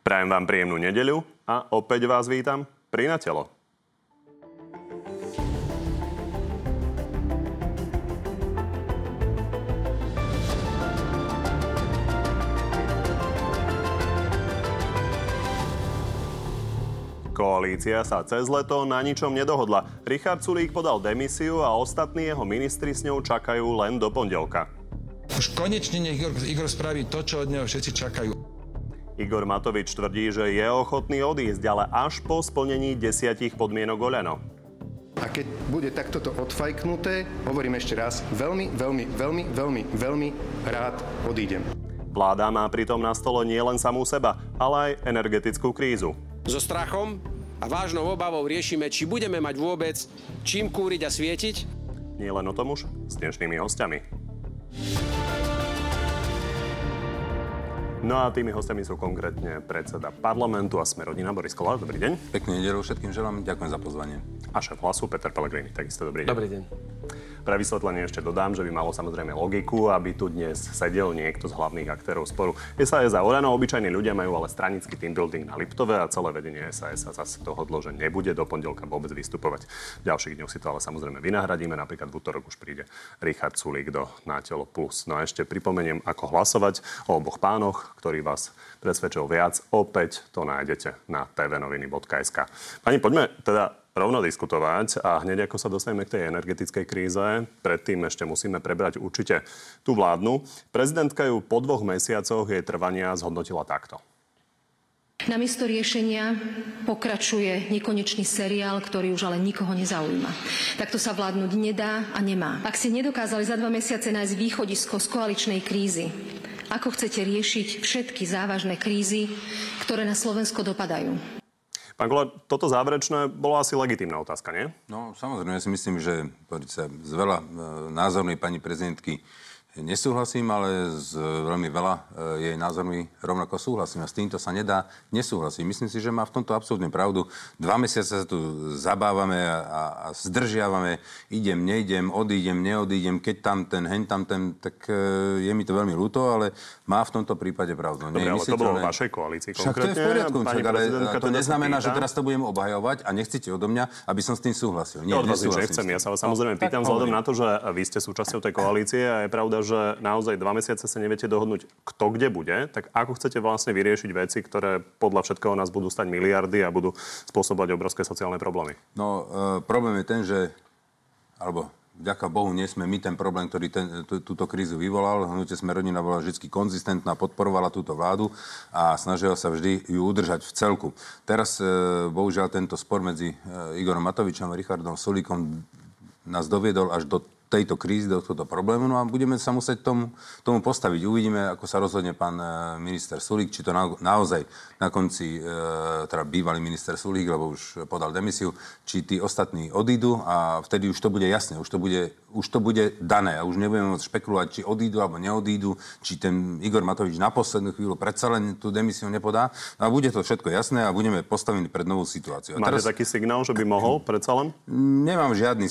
Prajem vám príjemnú nedeľu a opäť vás vítam pri Na telo. Koalícia sa cez leto na ničom nedohodla. Richard Sulík podal demisiu a ostatní jeho ministri s ňou čakajú len do pondelka. Už konečne nech Igor spraví to, čo od neho všetci čakajú. Igor Matovič tvrdí, že je ochotný odísť, ale až po splnení 10 podmienok Oľano. A keď bude takto odfajknuté, hovorím ešte raz, veľmi rád odídem. Vláda má pritom na stole nielen samú seba, ale aj energetickú krízu. So strachom a vážnou obavou riešime, či budeme mať vôbec čím kúriť a svietiť. Nie len o tom už s dnešnými hostiami. No a tými hostiami sú konkrétne predseda parlamentu a Smer-rodina Boris Kollár. Dobrý deň. Peknú nedeľu všetkým želám. Ďakujem za pozvanie. A šéf Hlasu Peter Pellegrini. Takisto dobrý deň. Dobrý deň. Pre vysvetlenie ešte dodám, že by malo samozrejme logiku, aby tu dnes sedel niekto z hlavných aktérov sporu. SAS a Oľano, obyčajní ľudia majú ale stranický team building na Liptove a celé vedenie SAS sa zase dohodlo, že nebude do pondelka vôbec vystupovať. V ďalších dňoch si to ale samozrejme vynahradíme. Napríklad v utorok už príde Richard Sulík do Na telo plus. No a ešte pripomeniem, ako hlasovať o oboch pánoch, ktorí vás presvedčil viac. Opäť to nájdete na tvnoviny.sk. Pani, poďme teda rovno diskutovať a hneď ako sa dostaneme k tej energetickej kríze, predtým ešte musíme prebrať určite tú vládnu. Prezidentka ju po 2 mesiacoch jej trvania zhodnotila takto. Namiesto riešenia pokračuje nekonečný seriál, ktorý už ale nikoho nezaujíma. Takto sa vládnuť nedá a nemá. Ak si nedokázali za 2 mesiace nájsť východisko z koaličnej krízy, ako chcete riešiť všetky závažné krízy, ktoré na Slovensko dopadajú? Pán Kollár, toto záverečné bolo asi legitímna otázka, nie? No, samozrejme, ja si myslím, že s veľa názormi pani prezidentky nesúhlasím, ale s veľmi veľa jej názormi rovnako súhlasím. A s týmto sa nedá nesúhlasiť. Myslím si, že má v tomto absolútne pravdu. 2 mesiace sa tu zabávame a zdržiavame. Idem, neidem, odídem, neodídem. Keď tam ten, hen tam ten, tak je mi to veľmi ľúto, ale má v tomto prípade pravdu. Dobre, ale to bolo v vašej koalícii konkrétne. Však to je v poriadku, ale to neznamená, že pýta, teraz to budem obhajovať a nechcete odo mňa, aby som s tým súhlasil. Nie, od vás nič nechcem. Ja sa vás samozrejme pýtam vzhľadom na to, že vy ste súčasťou tej koalície a je pravda, že naozaj 2 mesiace sa neviete dohodnúť, kto kde bude, tak ako chcete vlastne vyriešiť veci, ktoré podľa všetkého nás budú stať miliardy a budú spôsobovať obrovské sociálne problémy? No, problém je ten, že alebo vďaka Bohu nie sme my ten problém, ktorý túto krízu vyvolal. Hnutie Smer-rodina bola vždy konzistentná, podporovala túto vládu a snažila sa vždy ju udržať v celku. Teraz, bohužiaľ, tento spor medzi Igorom Matovičom a Richardom Sulíkom nás doviedol až do tejto krízy, do tohto problému, no a budeme sa musieť tomu postaviť. Uvidíme, ako sa rozhodne pán minister Sulík, či to naozaj na konci, teda bývalý minister Sulík, lebo už podal demisiu, či tí ostatní odídu a vtedy už to bude jasné, už to bude dané a už nebudeme môcť špekulovať, či odídu alebo neodídu, či ten Igor Matovič na poslednú chvíľu predsa len tú demisiu nepodá. A bude to všetko jasné a budeme postavení pred novú situáciu. Máte taký signál, že by mohol predsa len? Nemám žiadny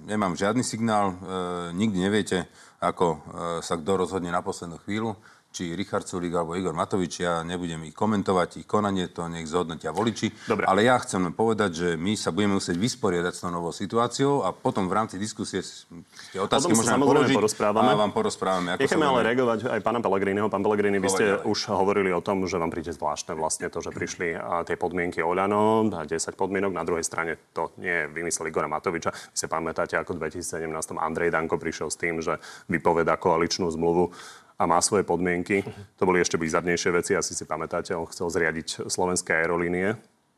signál. Nikdy neviete, ako sa kto rozhodne na poslednú chvíľu, či Richard Sulík alebo Igor Matovič. Ja nebudem ich komentovať, ich konanie, to nech zhodnotia voliči. Dobre. Ale ja chcem len povedať, že my sa budeme musieť vysporiadať s tou novou situáciou a potom v rámci diskusie tie otázky môžeme položiť a vám porozprávame. Necháme ale reagovať aj pána Pellegriniho. Pán Pellegrini, vy ste už hovorili o tom, že vám príde zvláštne vlastne to, že prišli tie podmienky Oľano, 10 podmienok. Na druhej strane to nie je vymysel Igora Matoviča. Vy si pamätáte, ako v 2017 Andrej Danko prišiel s tým, že vypovedá koaličnú zmluvu a má svoje podmienky. To boli ešte bizarnejšie veci, asi si pamätáte, on chcel zriadiť slovenské aerolínie.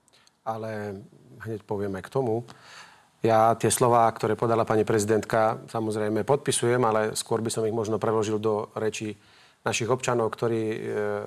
Ale hneď povieme k tomu. Ja tie slová, ktoré podala pani prezidentka, samozrejme podpisujem, ale skôr by som ich možno preložil do rečí našich občanov, ktorí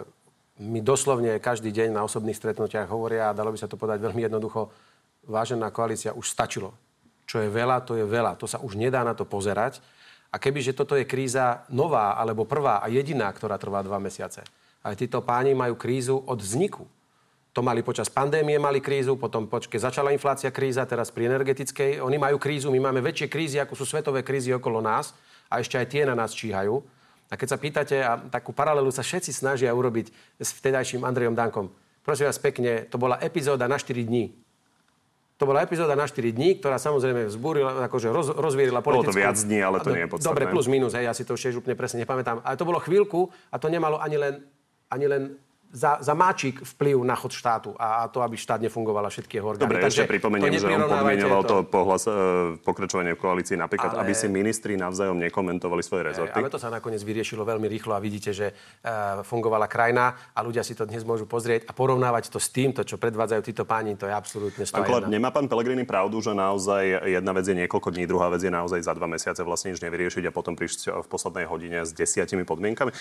mi doslovne každý deň na osobných stretnutiach hovoria, a dalo by sa to povedať veľmi jednoducho, vážená koalícia, už stačilo. Čo je veľa, to je veľa. To sa už nedá na to pozerať. A kebyže toto je kríza nová, alebo prvá a jediná, ktorá trvá 2 mesiace. Ale títo páni majú krízu od vzniku. To mali počas pandémie, mali krízu, potom keď začala inflácia, kríza, teraz pri energetickej. Oni majú krízu, my máme väčšie krízy, ako sú svetové krízy okolo nás a ešte aj tie na nás číhajú. A keď sa pýtate, a takú paralelu sa všetci snažia urobiť s vtedajším Andrejom Dankom, prosím vás pekne, to bola epizóda na 4 dní. To bola epizóda na 4 dní, ktorá samozrejme vzbúrila, akože rozvierila politickú... Bolo to viac dní, ale to nie je podstatné. Dobre, plus minus, hej, ja si to už úplne presne nepamätám. Ale to bolo chvíľku a to nemalo ani len za máčik vplyv na chod štátu a to, aby štát nefungovala všetky jeho orgány. Dobre, ešte pripomeniem, že on podmienoval to pokračovanie v koalícii napríklad, aby si ministri navzájom nekomentovali svoje rezorty. Ale to sa nakoniec vyriešilo veľmi rýchlo a vidíte, že fungovala krajina a ľudia si to dnes môžu pozrieť a porovnávať to s týmto, čo predvádzajú títo páni, to je absolútne stojí. Nemá pán Pellegrini pravdu, že naozaj jedna vec je niekoľko dní, druhá vec je naozaj za 2 mesiace vlastne nič nevyriešiť a potom prísť v poslednej hodine s 10 podmienkami?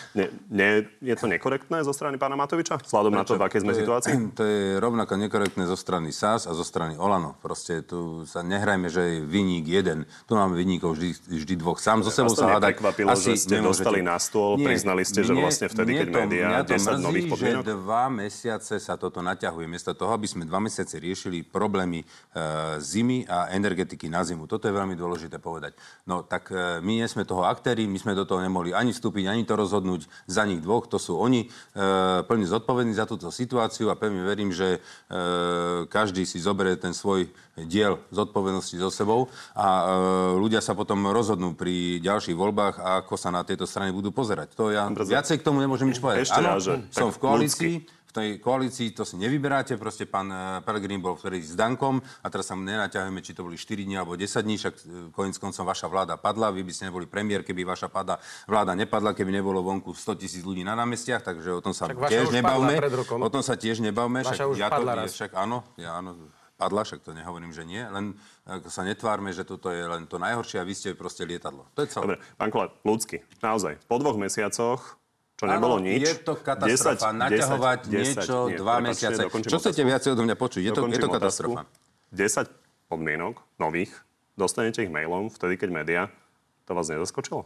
Je to nekorektné zo strany pána Matoviča? Vzhľadom na to, v akej sme situácii? To je rovnako nekorektné zo strany SAS a zo strany Olano. Proste tu sa nehrajme, že je viník jeden. Tu máme viníkov vždy dvoch. Sám so sebou sa hádať. Prekvapilo, že ste dostali na stôl, priznali ste, že vlastne vtedy, keď médiá 10 nových podmienok? Že 2 mesiace sa toto naťahuje. Miesto toho, aby sme 2 mesiace riešili problémy zimy a energetiky na zimu. Toto je veľmi dôležité povedať. No tak my nie sme toho aktéri, my sme do toho nemohli ani vstúpiť, ani to rozhodnúť za nich dvoch. To sú oni plne zodpovední za túto situáciu a pevne verím, že každý si zoberie ten svoj diel zodpovednosti so sebou a ľudia sa potom rozhodnú pri ďalších voľbách a ako sa na tieto strany budú pozerať. To ja viacej k tomu nemôžem nič povedať. Áno, som v koalícii. V tej koalícii to si nevyberáte, proste pán Pellegrini bol vtedy s Dankom a teraz sa nenaťahujeme, či to boli 4 dní alebo 10 dní, však koniec koncom vaša vláda padla, vy by ste neboli premiér, keby vaša vláda nepadla, keby nebolo vonku 100 000 ľudí na námestiach, takže o tom sa tiež nebavme. O tom sa tiež nebavme, však áno, padla, však to nehovorím, že nie, len sa netvárme, že toto je len to najhoršie a vy ste proste lietadlo. To je celé. Dobre, pán Kollár, ľudsky, naozaj, po 2 mesiacoch čo nebolo nič. Je to katastrofa. Naťahovať niečo 2 mesiace. Čo chcete viacej odo mňa počuť? Je to katastrofa. 10 podmienok nových, dostanete ich mailom vtedy, keď médiá, to vás nezaskočilo?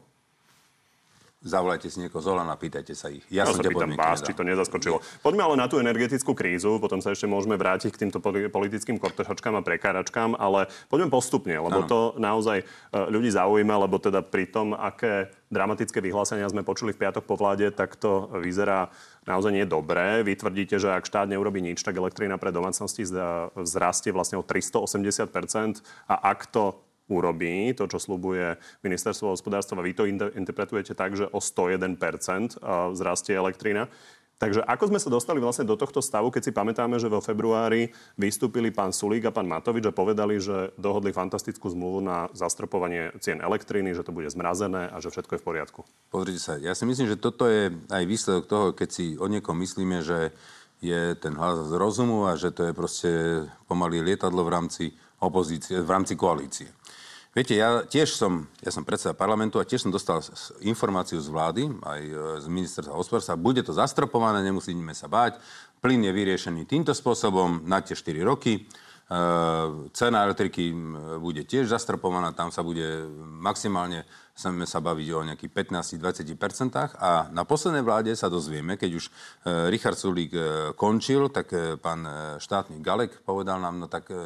Zavolajte si niekoho z Olana, pýtajte sa ich. Ja sa pýtam vás, či to nezaskočilo. Poďme ale na tú energetickú krízu, potom sa ešte môžeme vrátiť k týmto politickým kortošačkám a prekáračkám, ale poďme postupne, lebo to naozaj ľudí zaujíma, lebo teda pri tom, aké dramatické vyhlásenia sme počuli v piatok po vláde, tak to vyzerá naozaj nie dobré. Vy tvrdíte, že ak štát neurobí nič, tak elektrina pre domácnosti vzrastie vlastne o 380%, a ak to urobí, to, čo sľubuje ministerstvo hospodárstva, vy to interpretujete tak, že o 101% vzrastie elektrina. Takže ako sme sa dostali vlastne do tohto stavu, keď si pamätáme, že vo februári vystúpili pán Sulík a pán Matovič a povedali, že dohodli fantastickú zmluvu na zastropovanie cien elektriny, že to bude zmrazené a že všetko je v poriadku? Pozrite sa, ja si myslím, že toto je aj výsledok toho, keď si o niekom myslíme, že je ten hlas z rozumu a že to je proste pomaly lietadlo v rámci opozície, v rámci koalície. Viete, ja som predseda parlamentu a tiež som dostal informáciu z vlády, aj z ministerstva hospodárstva. Bude to zastropované, nemusíme sa báť. Plyn je vyriešený týmto spôsobom na tie 4 roky. Cena elektriky bude tiež zastropovaná, tam sa bude maximálne sa baviť o nejakých 15-20%. A na poslednej vláde sa dozvieme, keď už Richard Sulík končil, tak pán štátny Galek povedal nám, no tak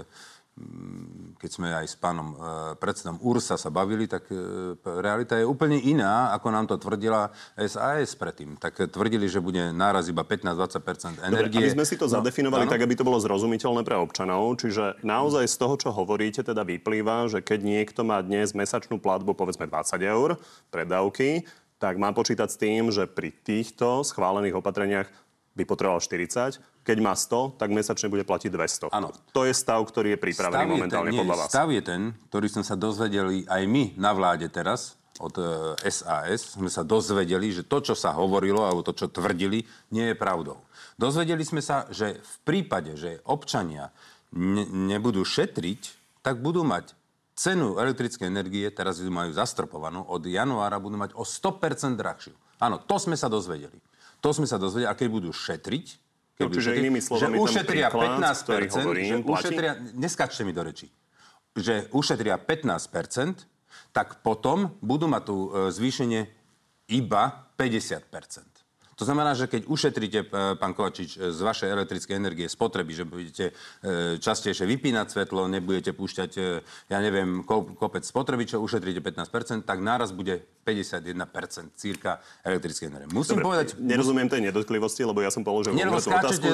keď sme aj s pánom predsedom URSA sa bavili, tak realita je úplne iná, ako nám to tvrdila SAS predtým. Tak tvrdili, že bude náraz iba 15-20% energie. Dobre, aby sme si to zadefinovali tak, aby to bolo zrozumiteľné pre občanov. Čiže naozaj z toho, čo hovoríte, teda vyplýva, že keď niekto má dnes mesačnú platbu, povedzme 20 eur predávky, tak má počítať s tým, že pri týchto schválených opatreniach by potreboval 40. Keď má 100, tak mesačne bude platiť 200. Áno. To je stav, ktorý je pripravený momentálne podľa vás. Stav je ten, ktorý sme sa dozvedeli aj my na vláde teraz od SAS. Sme sa dozvedeli, že to, čo sa hovorilo, alebo to, čo tvrdili, nie je pravdou. Dozvedeli sme sa, že v prípade, že občania nebudú šetriť, tak budú mať cenu elektrickej energie, teraz ju majú zastropovanú, od januára budú mať o 100% drahšiu. Áno, to sme sa dozvedeli. A keď budú šetriť, čiže inými slovami, že ušetria 15%, neskáčte mi do rečí, že ušetria 15%, tak potom budú mať tu zvýšenie iba 50%. To znamená, že keď ušetríte, pán Kovačič, z vašej elektrickej energie spotreby, že budete častejšie vypínať svetlo, nebudete púšťať, ja neviem, kopec spotreby, čo ušetríte 15%, tak náraz bude 51% cirka elektrickej energie. Musím povedať... Nerozumiem tej nedotklivosti, lebo ja som položil otázku.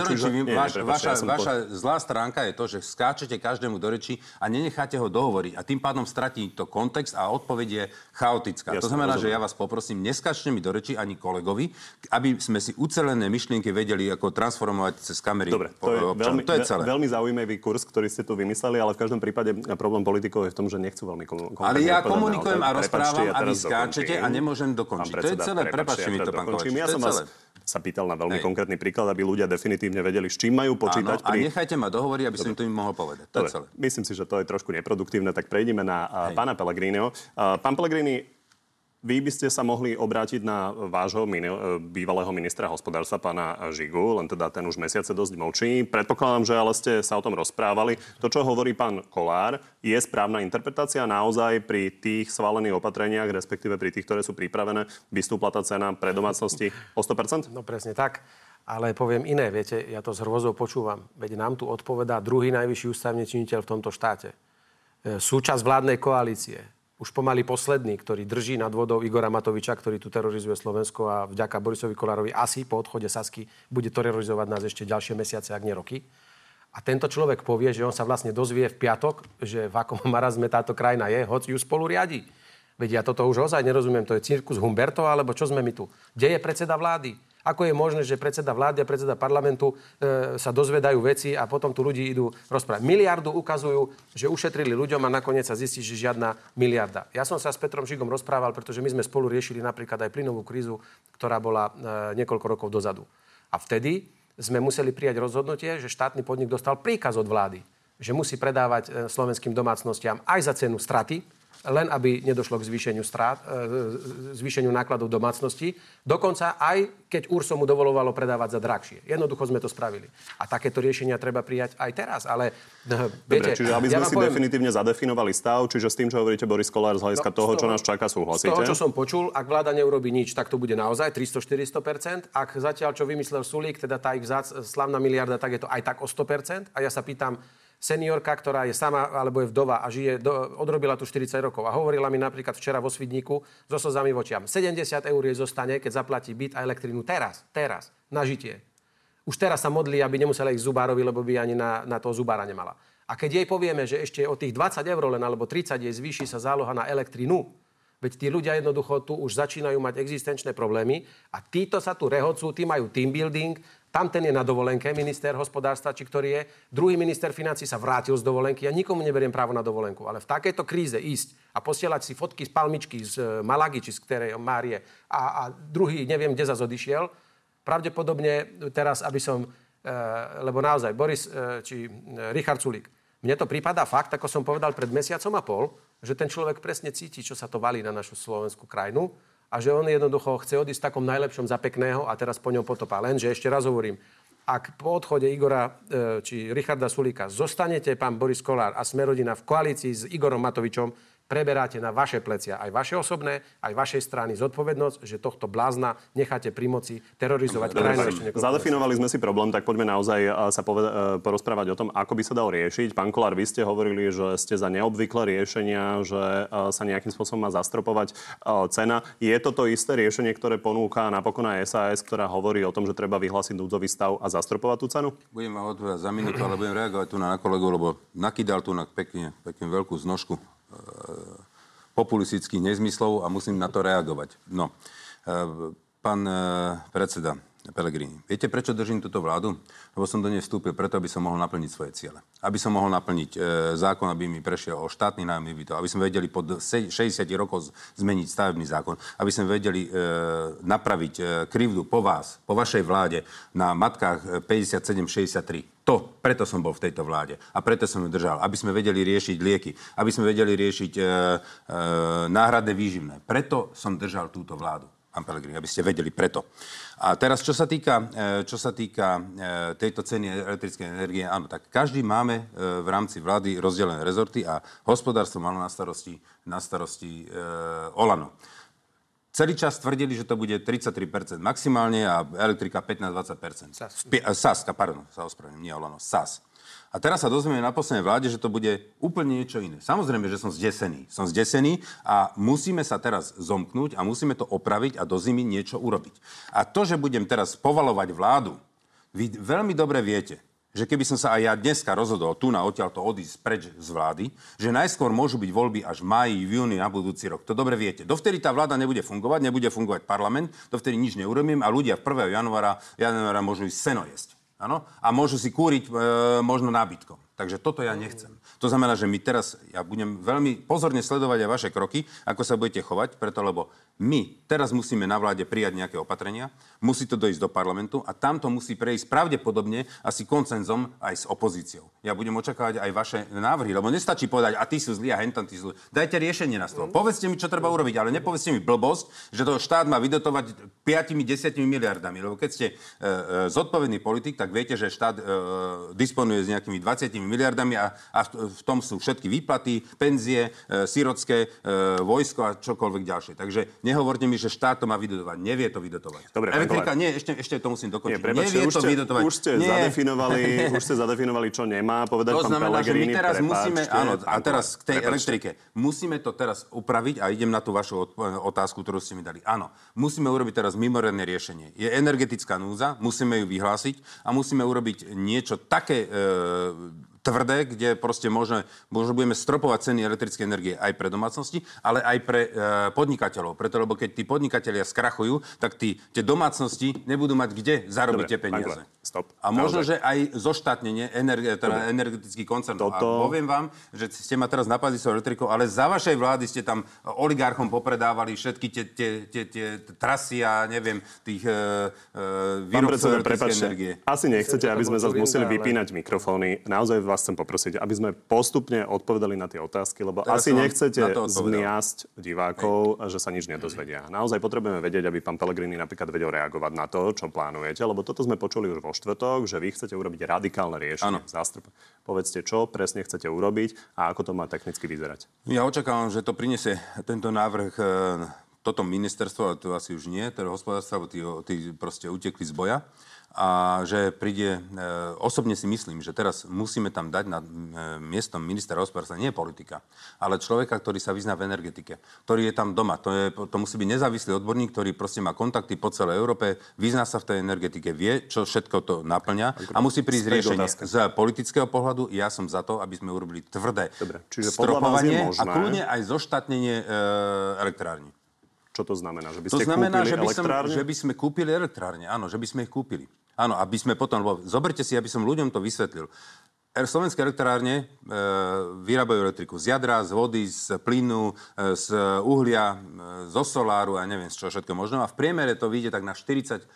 Vaša zlá stránka je to, že skáčete každému do reči a nenecháte ho dohovoriť. A tým pádom stratí to kontext a odpoveď je chaotická. To znamená, že ja vás poprosím, neskáčte mi do reči ani kolegovi, aby sme si ucelené myšlienky vedeli ako transformovať cez kamery. Dobre, to je celé. Veľmi zaujímavý kurz, ktorý ste tu vymysleli, ale v každom prípade problém politikov je v tom, že nechcú veľmi komunikovať. Ale ja komunikujem a rozprávam a vy skáčete a nemôžem dokončiť. To je celé. Prepáčte mi to, pán Kovačič. Ja som vás sa pýtal na veľmi konkrétny príklad, aby ľudia definitívne vedeli, s čím majú počítať. Áno, a nechajte ma dohovoriť, aby som to im mohol povedať. To je celé. Myslím si, že to je trošku neproduktívne, tak prejdime na pána Pellegriniho. Pán Pellegrini, vy by ste sa mohli obrátiť na vášho bývalého ministra hospodárstva, pána Žigu, len teda ten už mesiace dosť mlčí. Predpokladám, že ale ste sa o tom rozprávali. To, čo hovorí pán Kollár, je správna interpretácia. Naozaj pri tých schválených opatreniach, respektíve pri tých, ktoré sú pripravené, vystúpla tá cena pre domácnosti o 100%? No presne tak. Ale poviem iné, viete, ja to s hrôzou počúvam. Veď nám tu odpovedá druhý najvyšší ústavný činiteľ v tomto štáte. Súčasť vládnej koalície. Už pomaly posledný, ktorý drží nad vodou Igora Matoviča, ktorý tu terorizuje Slovensko a vďaka Borisovi Kollárovi asi po odchode Sasky bude terorizovať nás ešte ďalšie mesiace, ak nie roky. A tento človek povie, že on sa vlastne dozvie v piatok, že v akom marazme táto krajina je, hoď ju spolu riadi. Veď ja toto už ozaj nerozumiem, to je cirkus Humberto, alebo čo sme my tu? Kde je predseda vlády? Ako je možné, že predseda vlády a predseda parlamentu sa dozvedajú veci a potom tu ľudí idú rozprávať. Miliardu ukazujú, že ušetrili ľuďom a nakoniec sa zistí, že žiadna miliarda. Ja som sa s Petrom Žigom rozprával, pretože my sme spolu riešili napríklad aj plynovú krízu, ktorá bola niekoľko rokov dozadu. A vtedy sme museli prijať rozhodnutie, že štátny podnik dostal príkaz od vlády, že musí predávať slovenským domácnostiam aj za cenu straty, len aby nedošlo k zvýšeniu nákladov domácnosti. Dokonca aj keď URSO mu dovolovalo predávať za drahšie. Jednoducho sme to spravili. A takéto riešenia treba prijať aj teraz. Ale dobre, čiže aby sme si definitívne zadefinovali stav, čiže s tým, čo hovoríte Boris Kollár, z hľadiska toho, čo nás čaká, súhlasíte? Z toho, čo som počul, ak vláda neurobí nič, tak to bude naozaj 300-400%. Ak zatiaľ, čo vymyslel Sulík, teda tá ich slavná miliarda, tak je to aj tak o 100%. A ja sa pýtam, seniorka, ktorá je sama alebo je vdova a odrobila tu 40 rokov a hovorila mi napríklad včera vo Svidníku so slzami v očiam. 70 eur jej zostane, keď zaplatí byt a elektrínu teraz, na žitie. Už teraz sa modlí, aby nemusela ísť zubárovi, lebo by ani na toho zubára nemala. A keď jej povieme, že ešte o tých 20 eur len alebo 30 jej zvýši sa záloha na elektrínu, veď tí ľudia jednoducho tu už začínajú mať existenčné problémy a títo sa tu rehocú, tí majú team building. Tam ten je na dovolenke, minister hospodárstva, či ktorý je. Druhý minister financií sa vrátil z dovolenky. Ja nikomu neberiem právo na dovolenku. Ale v takejto kríze ísť a posielať si fotky z palmičky, z Malagy, či z ktorej Márie a druhý neviem, kde zase odišiel. Pravdepodobne teraz, aby som... lebo naozaj, Boris či Richard Sulík, mne to prípada fakt, ako som povedal pred mesiacom a pol, že ten človek presne cíti, čo sa to valí na našu slovenskú krajinu. A že on jednoducho chce odísť v takom najlepšom za pekného a teraz po ňom potopa. Lenže ešte raz hovorím, ak po odchode Igora či Richarda Sulíka zostanete, pán Boris Kollár a Smer-rodina v koalícii s Igorom Matovičom, preberáte na vaše plecia aj vaše osobné, aj vašej strany zodpovednosť, že tohto blázna necháte pri moci terorizovať krajinu. Zadefinovali sme si problém, tak poďme naozaj sa porozprávať o tom, ako by sa dal riešiť. Pán Kollár, vy ste hovorili, že ste za neobvyklé riešenia, že sa nejakým spôsobom má zastropovať cena. Je to to isté riešenie, ktoré ponúka napokon aj SAS, ktorá hovorí o tom, že treba vyhlásiť núdzový stav a zastropovať tú cenu? Budem ma odpovedať za minútu, ale budem reagovať tu na kolegu, lebo nakydal tu na pekne veľkú znožku populistických nezmyslov a musím na to reagovať. No, pán predseda Pellegrini, viete, prečo držím túto vládu? Lebo som do nej vstúpil preto, aby som mohol naplniť svoje ciele. Aby som mohol naplniť zákon, aby mi prešiel o štátny nájomný bytov, aby sme vedeli po 60 rokov zmeniť stavebný zákon, aby sme vedeli napraviť krivdu po vás, po vašej vláde na matkách 57-63. Preto som bol v tejto vláde a preto som ju držal, aby sme vedeli riešiť lieky, aby sme vedeli riešiť náhradné výživné. Preto som držal túto vládu, pán Pellegrini, aby ste vedeli preto. A teraz, čo sa týka tejto ceny elektrickej energie, áno, tak každý máme v rámci vlády rozdelené rezorty a hospodárstvo malo na starosti Olano. Celý čas tvrdili, že to bude 33% maximálne a elektrika 15-20%. Saska, sa ospravedlňujem, nie Olano, SAS. A teraz sa dozvieme na poslednej vláde, že to bude úplne niečo iné. Samozrejme, že som zdesený. Som zdesený a musíme sa teraz zomknúť a musíme to opraviť a do zimy niečo urobiť. A to, že budem teraz povalovať vládu, vy veľmi dobre viete, že keby som sa aj ja dneska rozhodol tu na odtiaľto odísť preč z vlády, že najskôr môžu byť voľby až v máji, v júni na budúci rok. To dobre viete. Dovtedy tá vláda nebude fungovať parlament, dovtedy nič neurobím a ľudia 1. januára môžu ísť seno jesť. Áno? A môžu si kúriť možno nábytkom. Takže toto ja nechcem. To znamená, že my teraz, ja budem veľmi pozorne sledovať aj vaše kroky, ako sa budete chovať, preto lebo my teraz musíme na vláde prijať nejaké opatrenia, musí to dojsť do parlamentu a tam to musí prejsť pravdepodobne asi koncenzom aj s opozíciou. Ja budem očakávať aj vaše návrhy, lebo nestačí povedať, a ty sú zlí a hentam ty sú zlí. Dajte riešenie na stôl. Povedzte mi, čo treba urobiť, ale nepovedzte mi blbosť, že to štát má vydotovať 5-10 miliardami, lebo keď ste zodpovedný politik, tak viete, že štát disponuje s nejakými 20 miliardami a v tom sú všetky výplaty, penzie, sirotské, vojsko a čokoľvek ďalšie. Takže nehovorte mi, že štát to má vydotovať. Nevie to vydotovať. Dobre, elektrika, nie, ešte to musím dokončiť. Nevie to vydotovať. Už ste zadefinovali, čo nemá povedať pán Pellegrini. To znamená, že my teraz musíme, áno, a teraz k tej elektrike. Musíme to teraz upraviť a idem na tú vašu otázku, ktorú ste mi dali. Áno, musíme urobiť teraz mimoriadne riešenie. Je energetická núdza, musíme ju vyhlásiť a musíme urobiť niečo také tvrdé, kde proste možno budeme stropovať ceny elektrickej energie aj pre domácnosti, ale aj pre podnikateľov. Preto, lebo keď tí podnikatelia skrachujú, tak tie domácnosti nebudú mať kde zarobiť tie peniaze. Stop. A možno, že aj zoštátnenie energetických koncernov. A poviem vám, že ste ma teraz napadli s elektrikou, ale za vašej vlády ste tam oligarchom popredávali všetky tie trasy a neviem, tých výrobcov elektrickej energie. Asi nechcete, aby sme zase museli vypínať mikrofóny. Naozaj vás chcem poprosiť, aby sme postupne odpovedali na tie otázky, lebo teraz asi nechcete zmiasť divákov, že sa nič nedozvedia. Naozaj potrebujeme vedieť, aby pán Pellegrini napríklad vedel reagovať na to, čo plánujete, lebo toto sme počuli už vo štvrtok, že vy chcete urobiť radikálne riešenie. Povedzte, čo presne chcete urobiť a ako to má technicky vyzerať. Ja očakávam, že to prinesie tento návrh toto ministerstvo, ale to asi už nie, teda hospodárstva, lebo tí proste utekli z boja. A že príde, osobne si myslím, že teraz musíme tam dať na miestom ministra hospodárstva nie politika, ale človeka, ktorý sa vyzná v energetike, ktorý je tam doma. To musí byť nezávislý odborník, ktorý proste má kontakty po celej Európe, vyzná sa v tej energetike, vie, čo všetko to naplňa a musí prísť riešenie. Z politického pohľadu ja som za to, aby sme urobili tvrdé stropovanie a kľudne aj zoštátnenie elektrární. Čo to znamená? Že by ste kúpili elektrárne? Že by sme kúpili elektrárne, áno, že by sme ich kúpili. Áno, aby sme potom... Zoberte si, aby som ľuďom to vysvetlil. Slovenské elektrárne vyrábajú elektriku z jadra, z vody, z plynu, z uhlia, zo soláru a neviem z čoho všetko možno. A v priemere to vyjde tak na 45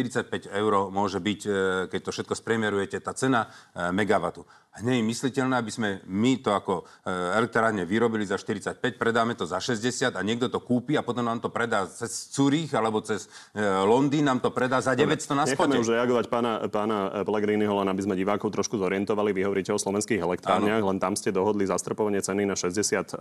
eur môže byť, keď to všetko spriemerujete, tá cena megawatu. Nie je mysliteľné, aby sme my to ako elektrárne vyrobili za 45, predáme to za 60 a niekto to kúpi a potom nám to predá cez Zurich alebo cez Londýn, nám to predá za 900 na spote. Necháme už reagovať pána Pellegriniho, len aby sme divákov trošku zorientovali. Vy hovoríte o slovenských elektrárniach, len tam ste dohodli zastrpovanie ceny na 61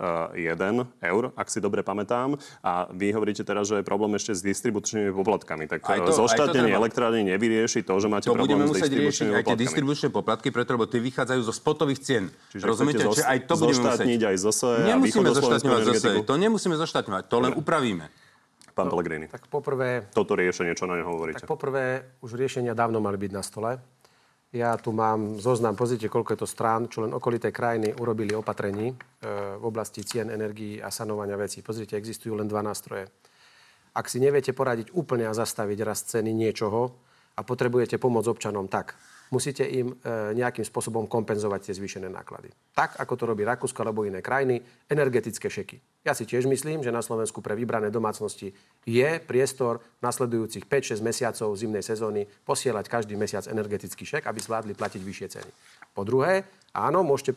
eur, ak si dobre pamätám. A vy hovoríte teraz, že je problém ešte s distribučnými poplatkami. Tak zoštátnenie elektrárne nevyrieši to, že máte problém s distribučnými poplatkami. To budeme musieť riešiť aj tie distribučné poplatky, preto lebo tie vychádzajú zo spotových cien. Čiže rozumiete, že aj to budeme musieť. Aj ZSE nemusíme zoštátňovať ZSE. To nemusíme zoštátňovať, to len upravíme. Pán Pellegrini. Tak poprvé... Toto riešenie, čo na ňo hovoríte? Tak poprvé, už riešenia dávno mali byť na stole. Ja tu mám zoznam, pozrite, koľko je to strán, čo len okolité krajiny urobili opatrení v oblasti cien energií a sanovania vecí. Pozrite, existujú len 2 nástroje. Ak si neviete poradiť úplne a zastaviť rast ceny niečoho a potrebujete pomôcť občanom, tak musíte im nejakým spôsobom kompenzovať tie zvýšené náklady. Tak, ako to robí Rakúsko alebo iné krajiny, energetické šeky. Ja si tiež myslím, že na Slovensku pre vybrané domácnosti je priestor nasledujúcich 5-6 mesiacov zimnej sezóny posielať každý mesiac energetický šek, aby zvládli platiť vyššie ceny. Po druhé, áno, môžete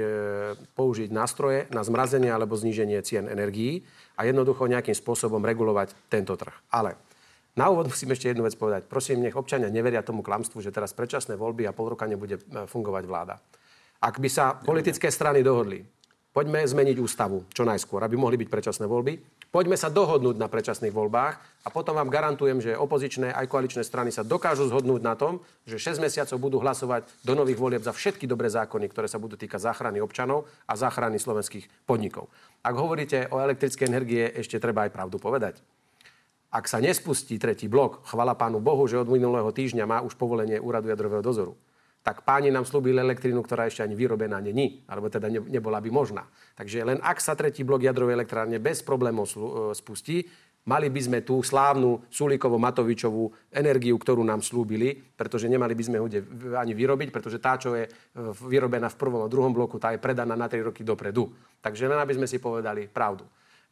použiť nástroje na zmrazenie alebo zníženie cien energií a jednoducho nejakým spôsobom regulovať tento trh. Ale na úvod musím ešte jednu vec povedať. Prosím, nech občania neveria tomu klamstvu, že teraz predčasné voľby a pol roka nebude fungovať vláda. Ak by sa politické strany dohodli, Poďme zmeniť ústavu čo najskôr, aby mohli byť predčasné voľby. Poďme sa dohodnúť na predčasných voľbách a potom vám garantujem, že opozičné aj koaličné strany sa dokážu zhodnúť na tom, že 6 mesiacov budú hlasovať do nových volieb za všetky dobré zákony, ktoré sa budú týkať záchrany občanov a záchrany slovenských podnikov. Ak hovoríte o elektrickej energie, ešte treba aj pravdu povedať. Ak sa nespustí tretí blok, chvala pánu Bohu, že od minulého týždňa má už povolenie úradu jadrového dozoru, tak páni nám slúbili elektrínu, ktorá ešte ani vyrobená není, alebo teda nebola by možná. Takže len ak sa tretí blok jadrovej elektrárne bez problémov spustí, mali by sme tú slávnu Sulíkovo-Matovičovú energiu, ktorú nám slúbili, pretože nemali by sme ho ani vyrobiť, pretože tá, čo je vyrobená v prvom a druhom bloku, tá je predaná na 3 roky dopredu. Takže len aby sme si povedali pravdu.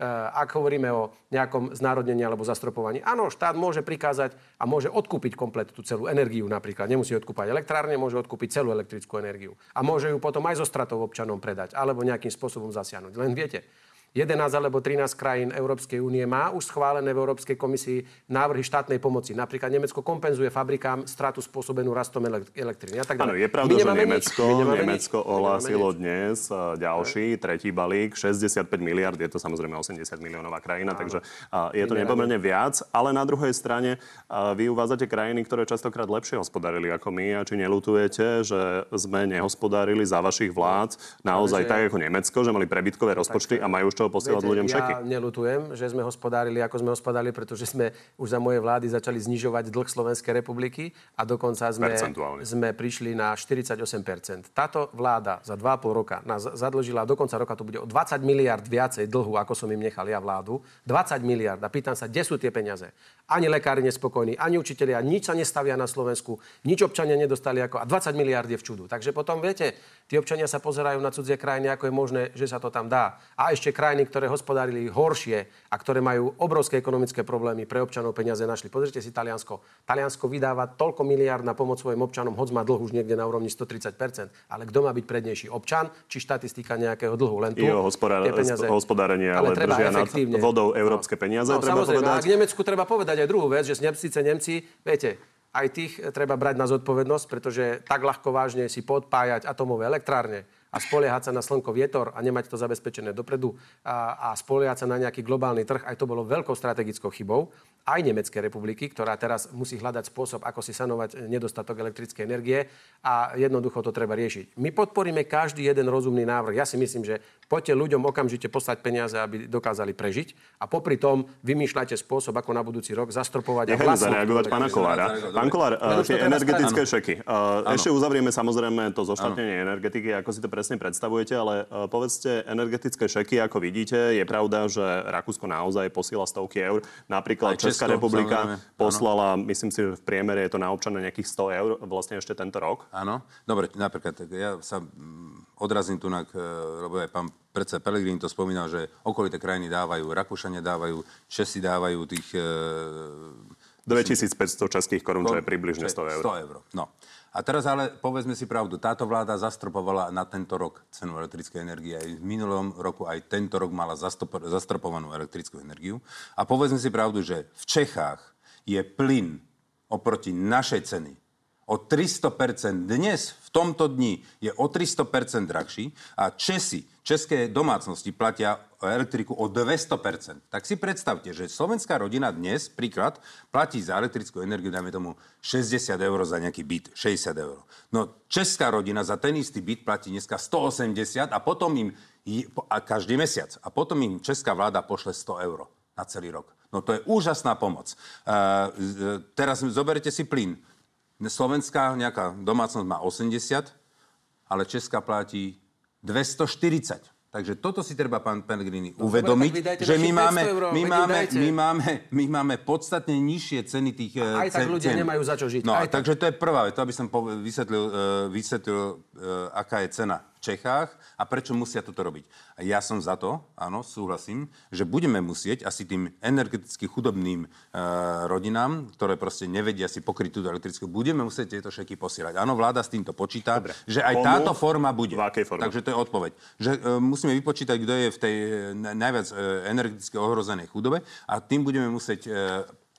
Ak hovoríme o nejakom znárodnení alebo zastropovaní, áno, štát môže prikázať a môže odkúpiť komplet tú celú energiu napríklad. Nemusí odkúpať elektrárne, môže odkúpiť celú elektrickú energiu. A môže ju potom aj zo stratou občanom predať alebo nejakým spôsobom zasiahnuť. Len viete, 11 alebo 13 krajín Európskej únie má už schválené v Európskej komisii návrhy štátnej pomoci. Napríklad Nemecko kompenzuje fabrikám stratu spôsobenú rastom elektriny. Áno, je pravda, že Nemecko ohlásilo dnes ďalší, tretí balík, 65 miliard, je to samozrejme 80 miliónová krajina, takže je to nepomerne viac, ale na druhej strane vy uvádzate krajiny, ktoré častokrát lepšie hospodárili ako my, a či neľutujete, že sme nehospodárili za vašich vlád naozaj tak ako Nemecko, že mali prebytkové rozpočty a majú už posielať ľuďom čeky. Ja neľutujem, že sme hospodárili, ako sme hospodárili, pretože sme už za mojej vlády začali znižovať dlh Slovenskej republiky a dokonca sme prišli na 48%. Táto vláda za 2,5 roka nás zadlžila, do konca roka to bude o 20 miliard viacej dlhu, ako som im nechal ja vládu. 20 miliard. A pýtam sa, kde sú tie peniaze? Ani lekári nespokojní, ani učitelia, nič sa nestavia na Slovensku, nič občania nedostali a 20 miliard je v čudu. Takže potom, viete, tí občania sa pozerajú na cudzie krajiny, ako je možné, že sa to tam dá. A ešte krajiny, ktoré hospodárili horšie a ktoré majú obrovské ekonomické problémy, pre občanov peniaze našli. Pozrite si Taliansko. Taliansko vydáva toľko miliárd na pomoc svojim občanom, hoď má dlh už niekde na úrovni 130%. Ale kto má byť prednejší? Občan či štatistika nejakého dlhu? Len tu hospodárenie, ale držia nad vodou európske peniaze. No, treba samozrejme, povedať. a k Nemecku treba povedať aj druhú vec, že síce Nemci, viete, aj tých treba brať na zodpovednosť, pretože tak ľahko vážne si podpájať atomové elektrárne a spoliehať sa na slnko, vietor a nemať to zabezpečené dopredu a spoliehať sa na nejaký globálny trh, aj to bolo veľkou strategickou chybou aj Nemeckej republiky, ktorá teraz musí hľadať spôsob, ako si sanovať nedostatok elektrickej energie a jednoducho to treba riešiť. My podporíme každý jeden rozumný návrh. Ja si myslím, že poďte ľuďom okamžite poslať peniaze, aby dokázali prežiť a popri tom vymýšľajte spôsob, ako na budúci rok zastropovať a vlastniť. Zareagovať pána Kolára. Pán Kolár, tie energetické šeky. Ešte uzavrieme samozrejme to zoštátnenie energetiky, ako si to presne predstavujete, ale povedzte, energetické šeky, ako vidíte, je pravda, že Rakúsko naozaj posiela stovky eur. Napríklad Česká republika poslala, myslím si, že v priemere je to na občana nejakých 100 eur vlastne ešte tento rok. Áno. Dobre, napríklad ja sa odrazím tu, lebo aj pán predseda Pellegrini to spomínal, že okolité krajiny dávajú, Rakúšania dávajú, Česi dávajú tých 2500 českých korún, čo je približne 100 eur. 100 eur, no. A teraz ale povedzme si pravdu. Táto vláda zastropovala na tento rok cenu elektrickej energie. Aj v minulom roku, aj tento rok mala zastropovanú elektrickú energiu. A povedzme si pravdu, že v Čechách je plyn oproti našej ceny o 300%. Dnes, v tomto dni, je o 300% drahší a české domácnosti platia elektriku o 200%. Tak si predstavte, že slovenská rodina dnes, príklad, platí za elektrickú energiu, dajme tomu, 60 eur za nejaký byt, 60 eur. No, česká rodina za ten istý byt platí dneska 180 a potom každý mesiac. A potom im česká vláda pošle 100 eur na celý rok. No, to je úžasná pomoc. Teraz zoberte si plyn. Slovenská nejaká domácnosť má 80, ale Česká platí 240. Takže toto si treba, pán Pellegrini, uvedomiť, že my máme podstatne nižšie ceny tých cien. Aj tak ľudia nemajú za čo žiť. No, takže to je prvá vec. To aby som vysvetlil, aká je cena v Čechách a prečo musia toto robiť. A ja som za to, áno, súhlasím, že budeme musieť asi tým energeticky chudobným rodinám, ktoré proste nevedia si pokryť túto elektrickú, budeme musieť tieto šeky posielať. Áno, vláda s týmto počíta, dobre, že aj táto forma bude. V akej forme? Takže to je odpoveď. Že musíme vypočítať, kto je v tej najviac energeticky ohrozenej chudobe a tým budeme musieť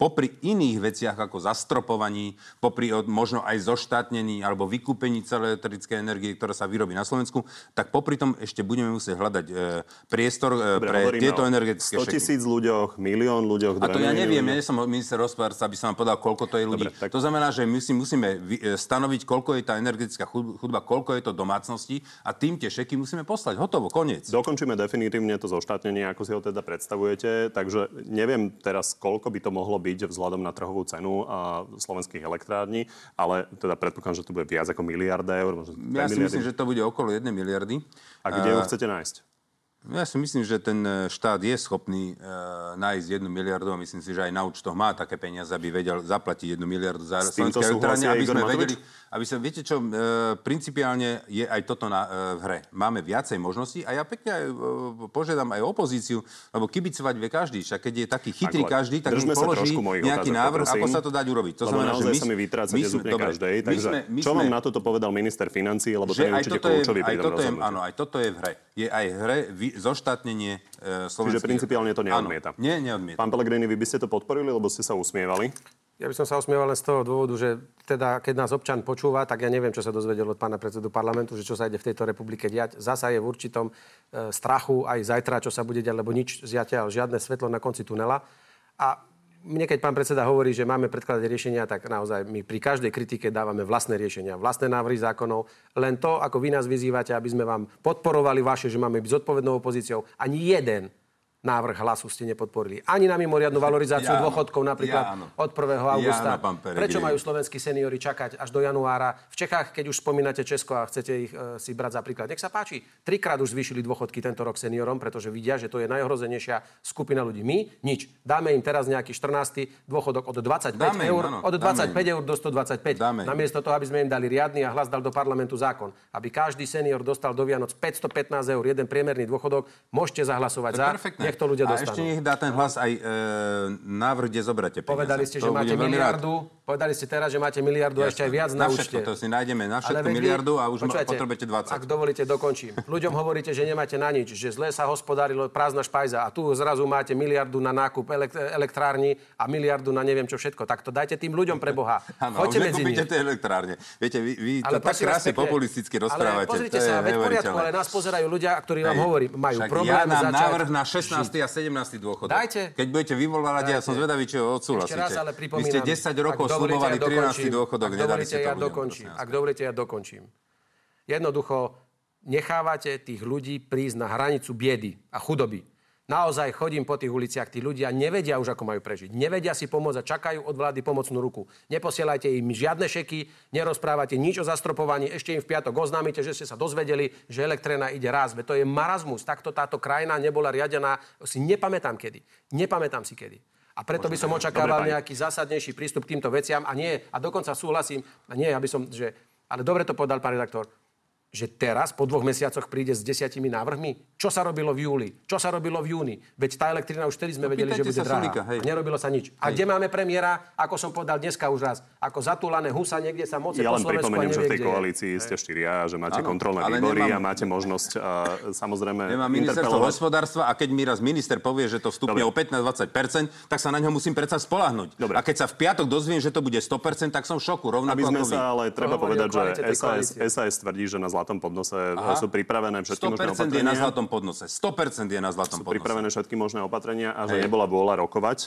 popri iných veciach ako zastropovaní, popri možno aj zoštátnení alebo vykúpení celej elektrickej energie, ktorá sa vyrobí na Slovensku, tak popri tom ešte budeme musieť hľadať priestor pre tieto energetické 100 000 ľuďoch, 1 milión ľuďoch, 2 A to ja neviem, ja ľuďoch. som minister hospodárstva, aby som vám povedal, koľko to je ľudí. Dobre, tak... To znamená, že my si musíme stanoviť, koľko je tá energetická chudba, koľko je to domácností a tým tie šeky musíme poslať. Hotovo, koniec. Dokončíme definitívne to zoštátnenie, ako si ho teda predstavujete. Takže neviem teraz, koľko by to mohlo byť vzhľadom na trhovú cenu slovenských elektrární, ale teda predpokladám, že to bude viac ako miliarda eur. Možno ja si myslím, že to bude okolo 1 miliardy. A kde ju chcete nájsť? Ja si myslím, že ten štát je schopný nájsť 1 miliardu a myslím si, že aj na účtoch má také peniaze, aby vedel zaplatiť 1 miliardu za slovenské elektrárne, aby sme vedeli, viete čo, principiálne je aj toto v hre. Máme viacej možností a ja pekne aj požiadam aj opozíciu, lebo kibicovať vie každý, však keď je taký chytrý každý, tak mi položí nejaký návrh, ako sa to dať urobiť. To znamená, že sa mi vytrácate z úplne každej. Takže čo vám na toto povedal minister financií, lebo to je určite kľúčový pri tom rozhodnutí. Áno, aj toto je v hre. Je aj v hre zoštátnenie slovenských... Čiže principiálne to neodmieta. Nie, neodmieta. Pán Pellegrini, vy by ste to podporili, lebo ste sa usmievali? Ja by som sa usmieval len z toho dôvodu, že teda, keď nás občan počúva, tak ja neviem, čo sa dozvedel od pána predsedu parlamentu, že čo sa ide v tejto republike diať. Zasa je v určitom strachu aj zajtra, čo sa bude diať, lebo nič zatiaľ, žiadne svetlo na konci tunela. A mne, keď pán predseda hovorí, že máme predkladať riešenia, tak naozaj my pri každej kritike dávame vlastné riešenia, vlastné návrhy zákonov. Len to, ako vy nás vyzývate, aby sme vám podporovali vaše, že máme byť zodpovednou opozíciou, ani jeden návrh Hlasu ste nepodporili. Ani na mimoriadnu valorizáciu dôchodkov napríklad od 1. augusta. Prečo majú slovenskí seniori čakať až do januára? V Čechách, keď už spomínate Česko a chcete ich si brať za príklad, nech sa páči. 3-krát už zvýšili dôchodky tento rok seniorom, pretože vidia, že to je najohrozenejšia skupina ľudí. My nič. Dáme im teraz nejaký 14. dôchodok od 25 eur, od 25 eur do 125. Namiesto toho, aby sme im dali riadny a Hlas dal do parlamentu zákon, aby každý senior dostal do Vianoc 515 eur, jeden priemerný dôchodok, môžete zahlasovať za. To ľudia dostanú. A ešte nech dá ten Hlas aj návrh, kde zoberáte peniaze. Povedali ste, že máte miliardu. Povedali ste teraz, že máte miliardu a ešte aj viac na účte. To si nájdeme na všetko miliardu a už potrebujete 20. Ak dovolíte, dokončím. Ľuďom hovoríte, že nemáte na nič, že zle sa hospodárilo, prázdna špajza a tu zrazu máte miliardu na nákup elektrární a miliardu na neviem čo všetko. Tak to dajte tým ľuďom pre Boha. Choďte medzi nimi. Tie elektrárne. Viete, vy to tak krásne populisticky rozprávate. Ale pozrite sa, veď v poriadku, ale nás pozerajú ľudia, ktorí vám hovorí, majú problém začať. Návrh na 16. a 17. dôchodok. Dajte. Keď budete vyvolávať, ja som zvedavý, čo ho odsúhlasíte. Ešte raz, ale pripomínam. Vy ste 10 rokov slubovali 13. dôchodok, nedali ste to ľuďom. Ak dovolíte, ja dokončím. Jednoducho nechávate tých ľudí prísť na hranicu biedy a chudoby. Naozaj chodím po tých uliciach, tí ľudia nevedia už, ako majú prežiť. Nevedia si pomôcť a čakajú od vlády pomocnú ruku. Neposielajte im žiadne šeky, nerozprávate nič o zastropovaní, ešte im v piatok oznámite, že ste sa dozvedeli, že elektrina ide raz. To je marazmus. Takto táto krajina nebola riadená, si nepamätám kedy. Nepamätám si kedy. A preto by som očakával nejaký zásadnejší prístup k týmto veciam a nie, a dokonca súhlasím, a nie, aby som, že, ale dobre to povedal pán redaktor, že teraz po 2 mesiacoch príde s 10 návrhmi? Čo sa robilo v júli? Čo sa robilo v júni? Veď tá elektrina už vtedy sme vedeli, že bude drahá. A nerobilo sa nič. A kde máme premiéra, ako som povedal dneska už raz, ako zatúlané husa niekde sa moce po Slovensku a nevie, kde. Ja len pripomeniem, že v tej koalícii ste 4, že máte kontrolné výbory a máte možnosť samozrejme nemám ministerstvo hospodárstva a keď mi raz minister povie, že to vstupne o 15-20%, tak sa na ňo musím predsa spoľahnúť. A keď sa v piatok dozviem, že to bude 100%, tak som v šoku. Rovnako aby sme sa ale treba povedať, že SAS tvrdí, že na zlatom podnose sú pripravené všetky možné opatrenia. 100% je na zlatom podnose. 100% je na zlatom podnose. Sú pripravené všetky možné opatrenia a že nebola vôľa rokovať.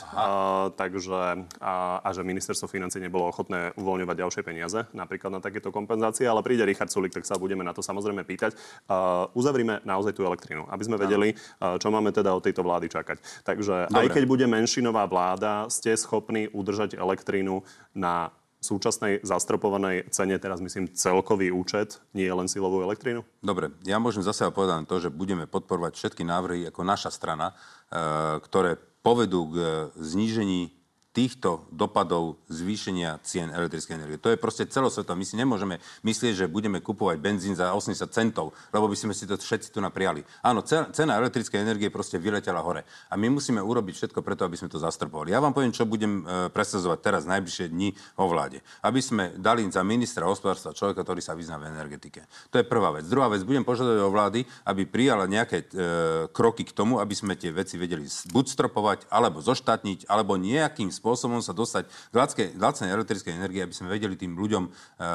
Takže že ministerstvo financií nebolo ochotné uvoľňovať ďalšie peniaze, napríklad na takéto kompenzácie, ale príde Richard Sulík, tak sa budeme na to samozrejme pýtať. Uzavrime naozaj tú elektrínu, aby sme vedeli, čo máme teda od tejto vlády čakať. Takže aj keď bude menšinová vláda, ste schopní udržať elektrínu na súčasnej zastropovanej cene, teraz myslím celkový účet, nie len silovú elektrínu? Dobre, ja môžem zase povedať to, že budeme podporovať všetky návrhy ako naša strana, ktoré povedú k znížení týchto dopadov zvýšenia cien elektrickej energie. To je proste celosvetové. My si nemôžeme myslieť, že budeme kupovať benzín za 80 centov, lebo by sme si to všetci tu napriali. Áno, cena elektrickej energie proste vyletela hore. A my musíme urobiť všetko preto, aby sme to zastropovali. Ja vám poviem, čo budem presadzovať teraz najbližšie dni o vláde. Aby sme dali za ministra hospodárstva človeka, ktorý sa vyzná v energetike. To je prvá vec. Druhá vec, budem požiadať o vlády, aby prijala nejaké kroky k tomu, aby sme tie veci vedeli buď stropovať, alebo zoštátniť, alebo nejakým spôsobom sa dostať k lacnej elektrickej energie, aby sme vedeli tým ľuďom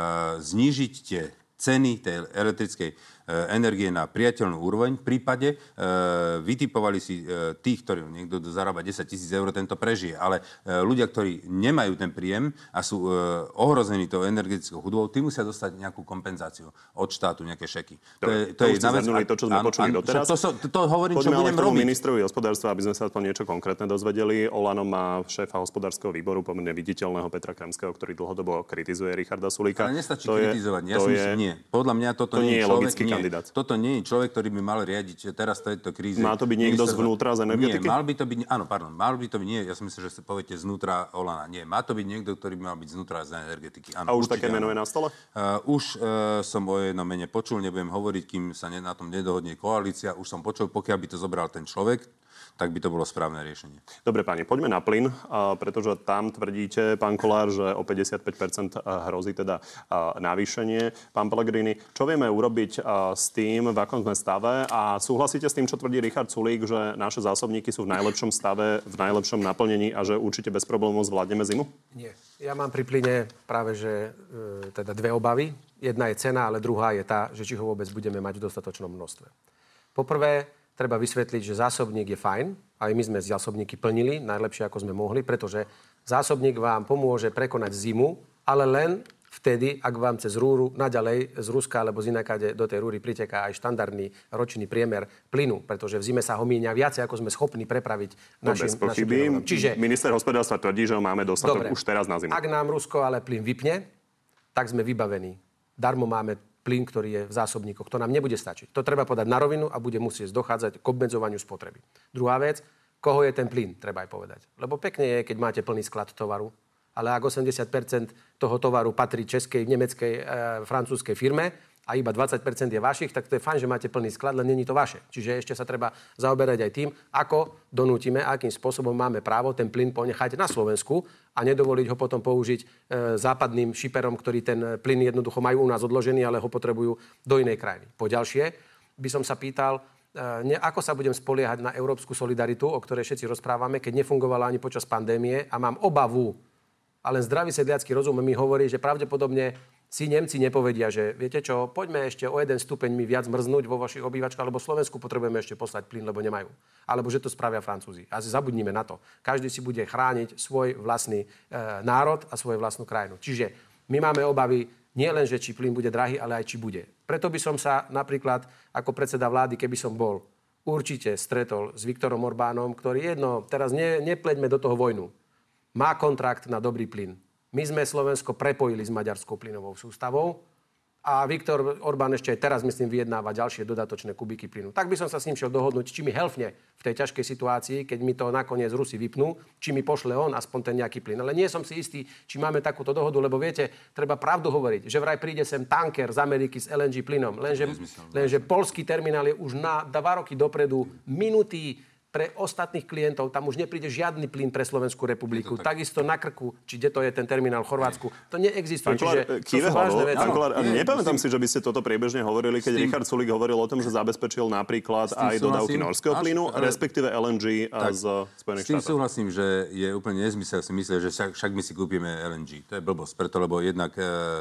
znížiť tie ceny tej elektrickej energie na priateľnú úroveň. V prípade vytipovali si tých, ktorí niekto zarába 10 000 eur, tento prežije. Ale ľudia, ktorí nemajú ten príjem a sú ohrození tou energetickou chudobou, tí musia dostať nejakú kompenzáciu od štátu, nejaké šeky. To je to, čo sme počuli doteraz. To hovorím, čo budem robiť. Ministrovi hospodárstva, aby sme sa aspoň niečo konkrétne dozvedeli. Olano má šéfa hospodárskeho výboru, pomerne viditeľného Petra Kremského, ktorý dlhodobo kritizuje Richarda Sulíka. Ale nestačí kritizovať. Ja si myslím, nie. Podľa mňa toto nie je logický kandidát. Toto nie je človek, ktorý by mal riadiť teraz tejto kríze. Má to byť niekto zvnútra z energetiky? Nie, mal by to byť, mal by to byť, nie, ja si myslím, že poviete znútra Olana. Nie, má to byť niekto, ktorý by mal byť znútra z energetiky. Áno, a už také meno je na stole? Už som o jednom mene počul, nebudem hovoriť, kým sa na tom nedohodne koalícia. Už som počul, pokiaľ by to zobral ten človek, tak by to bolo správne riešenie. Dobre, páni, poďme na plyn, pretože tam tvrdíte, pán Kollár, že o 55% hrozí teda navýšenie. Pán Pellegrini, čo vieme urobiť s tým, v akom sme stave? A súhlasíte s tým, čo tvrdí Richard Sulík, že naše zásobníky sú v najlepšom stave, v najlepšom naplnení a že určite bez problémov zvládneme zimu? Nie. Ja mám pri plyne práve, že teda dve obavy. Jedna je cena, ale druhá je tá, že či ho vôbec budeme mať v dostatočnom množstve. Poprvé, treba vysvetliť, že zásobník je fajn. Aj my sme zásobníky plnili najlepšie, ako sme mohli, pretože zásobník vám pomôže prekonať zimu, ale len vtedy, ak vám cez rúru naďalej z Ruska alebo z inakáde do tej rúry priteká aj štandardný ročný priemer plynu, pretože v zime sa ho míňa viacej, ako sme schopní prepraviť našim výrobom. Čiže minister hospodárstva tvrdí, že ho máme dostatok už teraz na zimu. Ak nám Rusko ale plyn vypne, tak sme vybavení. Darmo máme plyn, ktorý je v zásobníkoch. To nám nebude stačiť. To treba podať na rovinu a bude musieť dochádzať k obmedzovaniu spotreby. Druhá vec, koho je ten plyn, treba aj povedať. Lebo pekne je, keď máte plný sklad tovaru, ale ak 80% toho tovaru patrí českej, nemeckej, francúzskej firme a iba 20% je vašich, tak to je fajn, že máte plný sklad, len není to vaše. Čiže ešte sa treba zaoberať aj tým, ako donútime, akým spôsobom máme právo ten plyn ponechať na Slovensku a nedovoliť ho potom použiť západným šiperom, ktorí ten plyn jednoducho majú u nás odložený, ale ho potrebujú do inej krajiny. Poďalšie by som sa pýtal, ako sa budem spoliehať na európsku solidaritu, o ktorej všetci rozprávame, keď nefungovala ani počas pandémie a mám obavu, ale zdravý sedliacky rozum mi hovorí, že pravdepodobne si Nemci nepovedia, že viete čo, poďme ešte o 1 stupeň mi viac mrznúť vo vašich obývačkách, lebo Slovensku potrebujeme ešte poslať plyn, lebo nemajú. Alebo že to spravia Francúzi. A zabudnime na to. Každý si bude chrániť svoj vlastný národ a svoju vlastnú krajinu. Čiže my máme obavy nie len, že či plyn bude drahý, ale aj či bude. Preto by som sa napríklad ako predseda vlády, keby som bol, určite stretol s Viktorom Orbánom, ktorý teraz nepleďme do toho vojnu. Má kontrakt na dobrý plyn. My sme Slovensko prepojili s maďarskou plynovou sústavou a Viktor Orbán ešte aj teraz, myslím, vyjednáva ďalšie dodatočné kubiky plynu. Tak by som sa s ním šiel dohodnúť, či mi helfne v tej ťažkej situácii, keď mi to nakoniec Rusi vypnú, či mi pošle on aspoň ten nejaký plyn. Ale nie som si istý, či máme takúto dohodu, lebo viete, treba pravdu hovoriť, že vraj príde sem tanker z Ameriky s LNG plynom, lenže poľský terminál je už na 2 roky dopredu minutý pre ostatných klientov, tam už nepríde žiadny plyn pre Slovenskú republiku. Takisto na Krku, či kde to je ten terminál v Chorvátsku, to neexistuje. Čiže to sú vážne veci. Nepamätám si, že by ste toto priebežne hovorili, keď Richard Sulík hovoril o tom, že zabezpečil napríklad aj dodávky norského plynu, respektíve LNG z Spojených štátov. S tým súhlasím, že je úplne nezmysel si myslieť, že však my si kúpime LNG. To je blbosť, preto, lebo jednak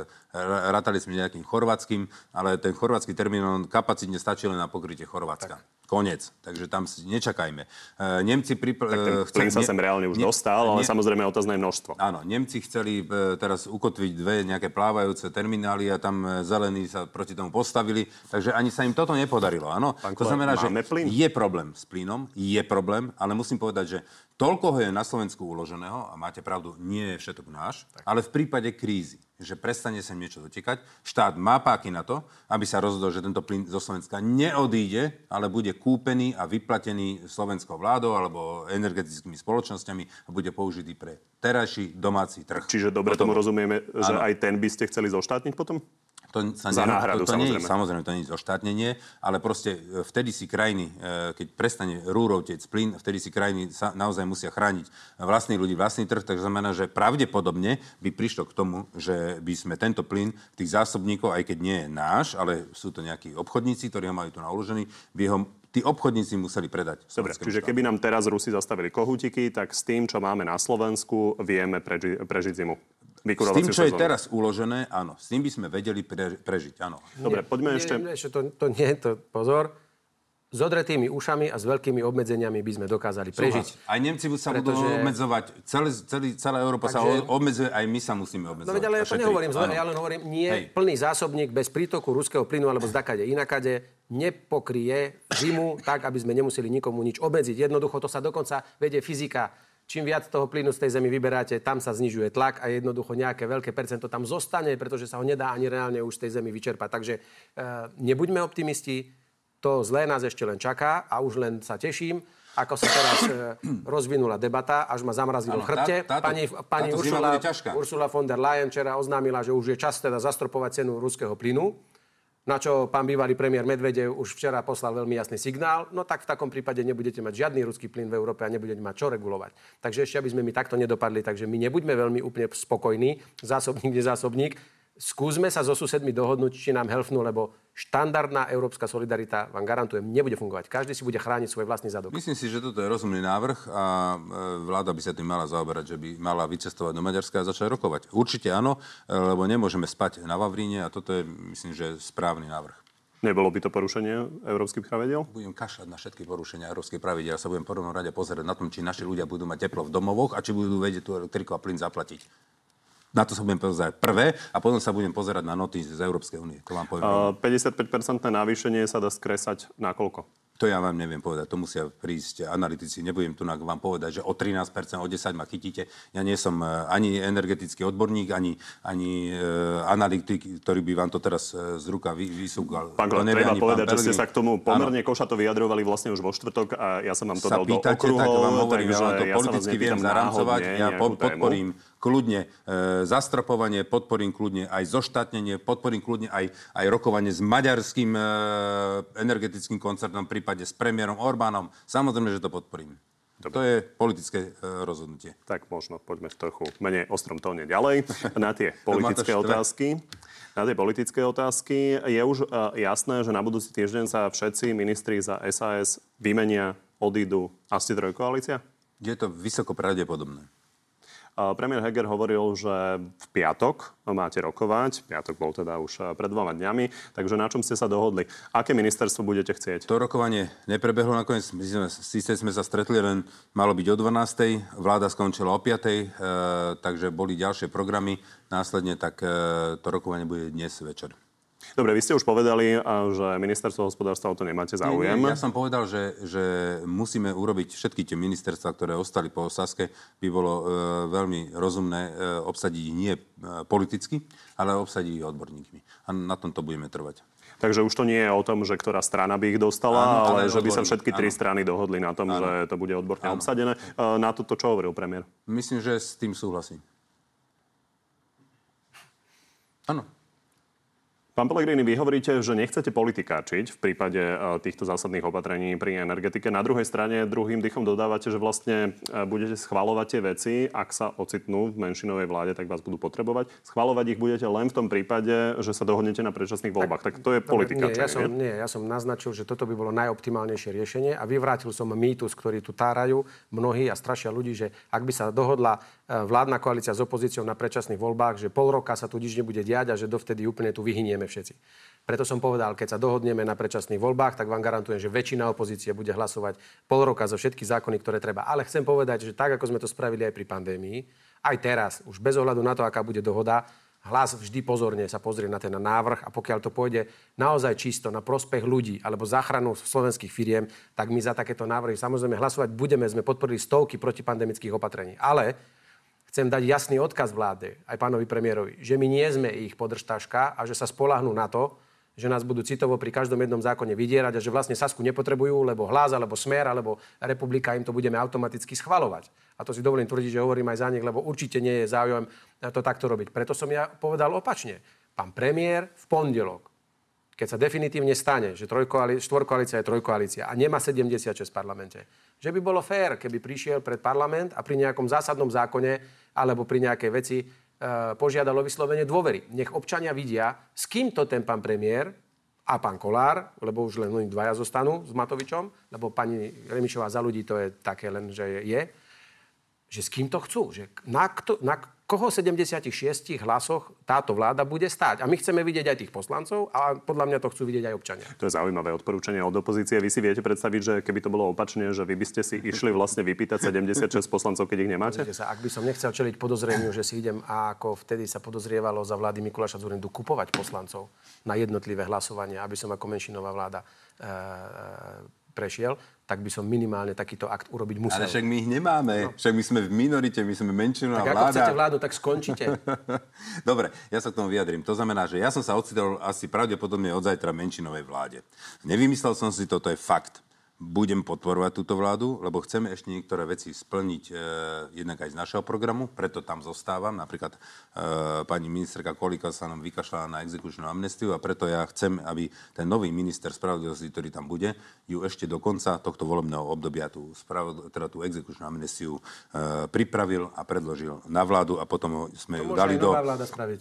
rátali sme nejakým chorvátskym, ale ten chorvátsky terminál kapacitne stačí len na pokrytie Chorvátska. Koniec. Takže tam si nečakajme. Nemci ten plyn sa sem reálne už dostal, ale samozrejme otázne je množstvo. Áno, Nemci chceli teraz ukotviť 2 nejaké plávajúce terminály a tam zelení sa proti tomu postavili, takže ani sa im toto nepodarilo. Áno? To znamená, že je problém s plynom, ale musím povedať, že toľko ho je na Slovensku uloženého, a máte pravdu, nie je všetok náš, ale v prípade krízy, že prestane sa niečo dotekať, štát má páky na to, aby sa rozhodol, že tento plyn zo Slovenska neodíde, ale bude kúpený a vyplatený slovenskou vládou alebo energetickými spoločnosťami a bude použitý pre terajší domáci trh. Čiže dobre tomu rozumieme, že aj ten by ste chceli zoštátniť potom? Za náhradu, samozrejme. Samozrejme, to nie je zoštátnenie, ale proste vtedy si krajiny, keď prestane rúrou tiec plyn, vtedy si krajiny naozaj musia chrániť vlastných ľudí, vlastný trh, takže znamená, že pravdepodobne by prišlo k tomu, že by sme tento plyn tých zásobníkov, aj keď nie je náš, ale sú to nejakí obchodníci, ktorí ho majú tu naložený, by ho tí obchodníci museli predať. Dobre, čiže keby nám teraz Rusi zastavili kohútiky, tak s tým, čo máme na Slovensku, vieme prežiť zimu. S tým, čo je teraz uložené, áno. S tým by sme vedeli prežiť, áno. Dobre, poďme ešte... Pozor. S odretými ušami a s veľkými obmedzeniami by sme dokázali prežiť. Aj Nemci sa budú obmedzovať, celá Európa sa obmedzuje, aj my sa musíme obmedzovať. No veď, ale ja to nehovorím zle, ja len hovorím, plný zásobník bez prítoku ruského plynu alebo zdakade inakade nepokrie zimu tak, aby sme nemuseli nikomu nič obmedziť. Jednoducho to sa dokonca vedie fyzika. Čím viac toho plynu z tej zemi vyberáte, tam sa znižuje tlak a jednoducho nejaké veľké percento tam zostane, pretože sa ho nedá ani reálne už z tej zemi vyčerpať. Takže nebuďme optimisti. To zlé nás ešte len čaká a už len sa teším, ako sa teraz rozvinula debata, až ma zamrazilo v chrbte. Pani Ursula von der Leyen včera oznámila, že už je čas teda zastropovať cenu ruského plynu, na čo pán bývalý premiér Medvedev už včera poslal veľmi jasný signál. No tak v takom prípade nebudete mať žiadny ruský plyn v Európe a nebudete mať čo regulovať. Takže ešte, aby sme my takto nedopadli, takže my nebuďme veľmi úplne spokojní, zásobník, nezásobník. Skúsme sa so susedmi dohodnúť, či nám helfnú, lebo štandardná európska solidarita, vám garantujem, nebude fungovať. Každý si bude chrániť svoj vlastný zadok. Myslím si, že toto je rozumný návrh a vláda by sa tým mala zaoberať, že by mala vycestovať do Maďarska a začať rokovať. Určite áno, lebo nemôžeme spať na Vavríne a toto je, myslím, že správny návrh. Nebolo by to porušenie európskych pravidiel? Budem kašľať na všetky porušenia európskych pravidiel. Ja sa budem v prvom rade pozerať na tom, či naši ľudia budú mať teplo v domovoch a či budú vedieť tú elektriku a plyn zaplatiť. Na to sa budem pozerať prvé a potom sa budem pozerať na noty z Európskej únie. To vám poviem. 55% navýšenie sa dá skresať na koľko? To ja vám neviem povedať. To musia prísť analytici. Nebudem tu vám povedať, že o 13%, o 10% ma chytíte. Ja nie som ani energetický odborník, ani analytik, ktorý by vám to teraz z ruka vysúkal. Pán Koláč, treba povedať, že ste sa k tomu pomerne košato vyjadrovali vlastne už vo štvrtok a ja som vám to dal do okruhov. Tak vám hovorím, ja vám to politicky viem zaramcovať. Ja podporím kľudne zastropovanie, podporím kľudne aj zoštátnenie, podporím kľudne aj rokovanie s maďarským energetickým koncernom, v prípade s premiérom Orbánom. Samozrejme, že to podporím. Dobre. To je politické rozhodnutie. Tak možno poďme trochu menej ostrom tóne ďalej. Na tie politické otázky. Na tie politické otázky je už jasné, že na budúci týždeň sa všetci ministri za SAS vymenia, odídu. Asi trojkoalícia? Je to vysoko pravdepodobné. Premiér Heger hovoril, že v piatok máte rokovať. Piatok bol teda už pred 2 dňami. Takže na čom ste sa dohodli? Aké ministerstvo budete chcieť? To rokovanie neprebehlo nakoniec. Síce sme sa stretli, len malo byť o 12:00. Vláda skončila o 5:00, takže boli ďalšie programy. Následne tak to rokovanie bude dnes večer. Dobre, vy ste už povedali, že ministerstvo hospodárstva o to nemáte záujem. Ja som povedal, že musíme urobiť všetky tie ministerstva, ktoré ostali po Saske, by bolo veľmi rozumné obsadiť ich nie politicky, ale obsadiť ich odborníkmi. A na tom to budeme trvať. Takže už to nie je o tom, že ktorá strana by ich dostala, ale že by sa všetky tri strany dohodli na tom, že to bude odborne obsadené. Na toto čo hovoril premiér? Myslím, že s tým súhlasím. Áno. Pán Pellegrini, vy hovoríte, že nechcete politikáčiť v prípade týchto zásadných opatrení pri energetike. Na druhej strane druhým dýchom dodávate, že vlastne budete schvaľovať tie veci, ak sa ocitnú v menšinovej vláde, tak vás budú potrebovať. Schvaľovať ich budete len v tom prípade, že sa dohodnete na predčasných voľbách. Tak to je politikáčenie. Ja som naznačil, že toto by bolo najoptimálnejšie riešenie a vyvrátil som mýtus, ktorý tu tárajú mnohí a strašia ľudí, že ak by sa dohodla vládna koalícia s opozíciou na predčasných voľbách, že pol roka sa tu nič nebude diať a že dovtedy úplne tu vyhynieme všetci. Preto som povedal, keď sa dohodneme na predčasných voľbách, tak vám garantujem, že väčšina opozície bude hlasovať pol roka za všetky zákony, ktoré treba. Ale chcem povedať, že tak, ako sme to spravili aj pri pandémii, aj teraz, už bez ohľadu na to, aká bude dohoda, hlas vždy pozorne sa pozrie na ten návrh a pokiaľ to pôjde naozaj čisto na prospech ľudí alebo záchranu slovenských firiem, tak my za takéto návrhy samozrejme hlasovať budeme. Sme podporili stovky protipandemických opatrení. Ale chcem dať jasný odkaz vláde, aj pánovi premiérovi, že my nie sme ich podržtaška a že sa spoľahnú na to, že nás budú citovo pri každom jednom zákone vydierať a že vlastne Sasku nepotrebujú, lebo Hlas, alebo Smer, alebo Republika, im to budeme automaticky schvaľovať. A to si dovolím tvrdiť, že hovorím aj za nich, lebo určite nie je záujem to takto robiť. Preto som ja povedal opačne. Pán premiér v pondelok, keď sa definitívne stane, že štvorkoalícia je trojkoalícia a nemá 76 v parlamente, že by bolo fér, keby prišiel pred parlament a pri nejakom zásadnom zákone alebo pri nejakej veci požiadalo vyslovenie dôvery. Nech občania vidia, s kým to ten pán premiér a pán Kollár, lebo už len oni dvaja zostanú s Matovičom, lebo pani Remišová Za ľudí to je také len, že je, že s kým to chcú, že na koho 76 hlasoch táto vláda bude stáť. A my chceme vidieť aj tých poslancov a podľa mňa to chcú vidieť aj občania. To je zaujímavé odporúčanie od opozície. Vy si viete predstaviť, že keby to bolo opačne, že vy by ste si išli vlastne vypýtať 76 poslancov, keď ich nemáte? Ak by som nechcel čeliť podozreniu, že si idem, a ako vtedy sa podozrievalo za vlády Mikuláša Dzurindu, kupovať poslancov na jednotlivé hlasovanie, aby som ako menšinová vláda prešiel, tak by som minimálne takýto akt urobiť musel. Ale však my ich nemáme. No. Však my sme v minorite, my sme menšinová vláda. Tak ako chcete vládu, tak skončíte. Dobre, ja sa k tomu vyjadrím. To znamená, že ja som sa ocitol asi pravdepodobne od zajtra menšinovej vláde. Nevymyslel som si to, to je fakt. Budem podporovať túto vládu, lebo chceme ešte niektoré veci splniť jednak aj z našeho programu, preto tam zostávam. Napríklad pani ministerka Kolíka sa nám vykašľala na exekučnú amnestiu a preto ja chcem, aby ten nový minister spravodlivosti, ktorý tam bude, ju ešte do konca tohto volebného obdobia tú exekučnú amnestiu pripravil a predložil na vládu a potom sme ju dali do... To môže aj nová vláda spraviť.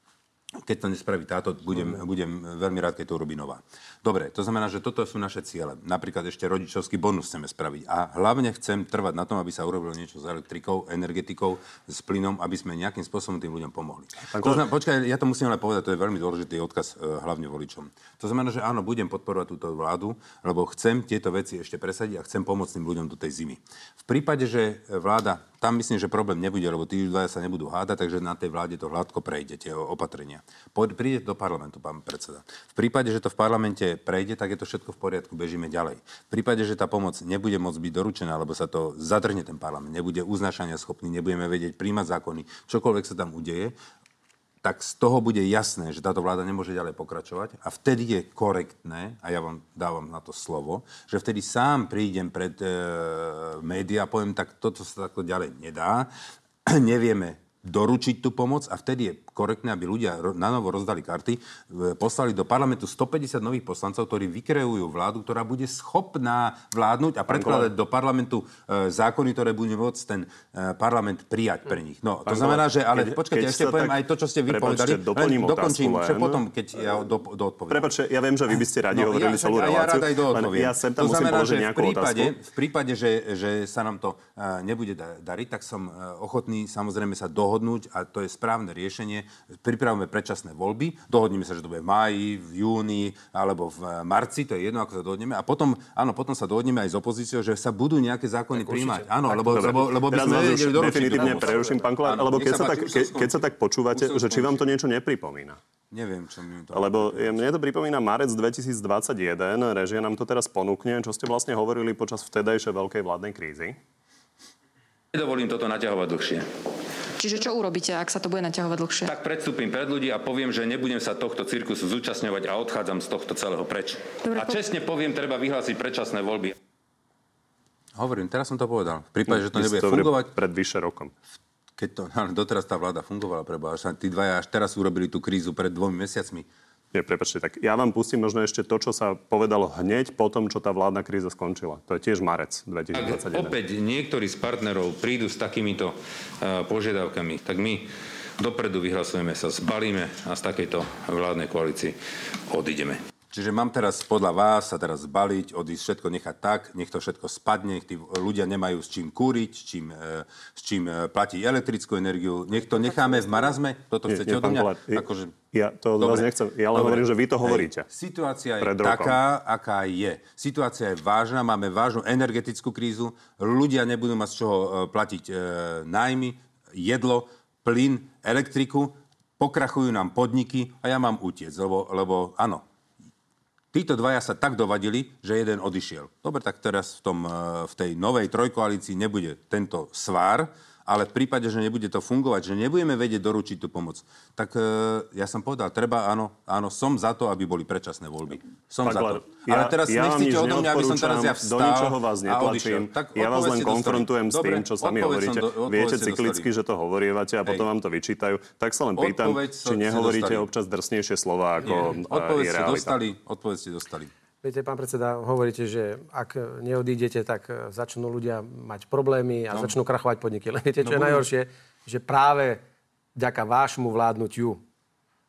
Keď to nespraví táto, budem veľmi rád, keď to urobí nová. Dobre, to znamená, že toto sú naše ciele. Napríklad ešte rodičovský bonus chceme spraviť. A hlavne chcem trvať na tom, aby sa urobilo niečo s elektrikou, energetikou, s plynom, aby sme nejakým spôsobom tým ľuďom pomohli. Počkaj, ja to musím ale povedať, to je veľmi dôležitý odkaz hlavne voličom. To znamená, že áno, budem podporovať túto vládu, lebo chcem tieto veci ešte presadiť a chcem pomôcť tým ľuďom do tej zimy. V prípade, že vláda, tam myslím, že problém nebude, lebo tí dvaja sa nebudú hádať, takže na tej vláde to hladko prejde, tie opatrenia. Príde do parlamentu, pán predseda. V prípade, že to v parlamente prejde, tak je to všetko v poriadku, bežíme ďalej. V prípade, že tá pomoc nebude môcť byť doručená, alebo sa to zadrhne ten parlament, nebude uznášania schopný, nebudeme vedieť príjmať zákony, čokoľvek sa tam udeje, tak z toho bude jasné, že táto vláda nemôže ďalej pokračovať a vtedy je korektné, a ja vám dávam na to slovo, že vtedy sám prídem pred médiá a poviem, tak toto sa takto ďalej nedá, nevieme doručiť tú pomoc a vtedy je korektné, aby ľudia nanovo rozdali karty, poslali do parlamentu 150 nových poslancov, ktorí vykreujú vládu, ktorá bude schopná vládnuť a predkladať do parlamentu zákony, ktoré bude môcť ten parlament prijať pre nich. No, to znamená, že, ale počkajte, ešte poviem aj to, čo ste vypovedali. Dokončím, čo potom, keď ja doodpoviem. Prepáčte, ja viem, že vy by ste radi hovorili celú reláciu. Ja rád aj doodpoviem. Ja sem tam musím položiť nejakú otázku. V prípade, že sa nám to nebude dariť, tak som ochotný samozrejme sa dohodnúť a to je správne riešenie. Pripravíme predčasné voľby, dohodneme sa, že to bude v máji, v júni alebo v marci, to je jedno, ako sa dohodneme. A potom, áno, potom sa dohodneme aj s opozíciou, že sa budú nejaké zákony prijímať. Áno, lebo by sme nevedeli doručiť. Definitívne preruším, pán Kollár, alebo keď sa tak počúvate, že či vám to niečo nepripomína? Neviem, čo mi to... Lebo mne to pripomína marec 2021, režia nám to teraz ponúkne, čo ste vlastne hovorili počas vtedajšej veľkej vládnej krízy. Nedovolím toto naťahovať dlhšie. Čiže čo urobíte, ak sa to bude naťahovať dlhšie? Tak predstúpim pred ľudí a poviem, že nebudem sa tohto cirkusu zúčastňovať a odchádzam z tohto celého preč. Dobre, a čestne poviem, treba vyhlásiť predčasné voľby. Hovorím, teraz som to povedal. V prípade, že to nebude fungovať... Pred vyše rokom. Keď to, doteraz tá vláda fungovala, tí dvaja až teraz urobili tú krízu pred 2 mesiacmi. Nie, prepáčte, tak ja vám pustím možno ešte to, čo sa povedalo hneď po tom, čo tá vládna kríza skončila. To je tiež marec 2021. Ak opäť niektorí z partnerov prídu s takýmito požiadavkami, tak my dopredu vyhlasujeme sa, zbalíme a z takejto vládnej koalícii odídeme. Čiže mám teraz podľa vás sa teraz zbaliť, odísť všetko nechať tak, nech to všetko spadne, nech tí ľudia nemajú s čím kúriť, s čím platiť elektrickú energiu. Nech to necháme v marazme? Toto chcete odo mňa? Ja to od vás nechcem. Ja len hovorím, že vy to hovoríte. Situácia je taká, aká je. Situácia je vážna, máme vážnu energetickú krízu, ľudia nebudú mať z čoho platiť nájmy, jedlo, plyn, elektriku, pokrachujú nám podniky a ja mám utiec, lebo áno, títo dvaja sa tak dovadili, že jeden odišiel. Dobre, tak teraz v tej novej trojkoalícii nebude tento svár, ale v prípade, že nebude to fungovať, že nebudeme vedieť doručiť tú pomoc, tak ja som povedal, treba, áno, som za to, aby boli predčasné voľby. Som za to. Ale teraz nechcete odo mňa, aby som teraz ja vstal. Do ničoho vás netlačím. Ja vás len konfrontujem s tým, čo sami hovoríte. Viete cyklicky, že to hovorievate a potom vám to vyčítajú. Tak sa len pýtam, či nehovoríte občas drsnejšie slova, ako je realita. Odpoveď ste dostali. Viete, pán predseda, hovoríte, že ak neodídete, tak začnú ľudia mať problémy a začnú krachovať podniky. Len viete, čo je najhoršie? Že práve vďaka vášmu vládnutiu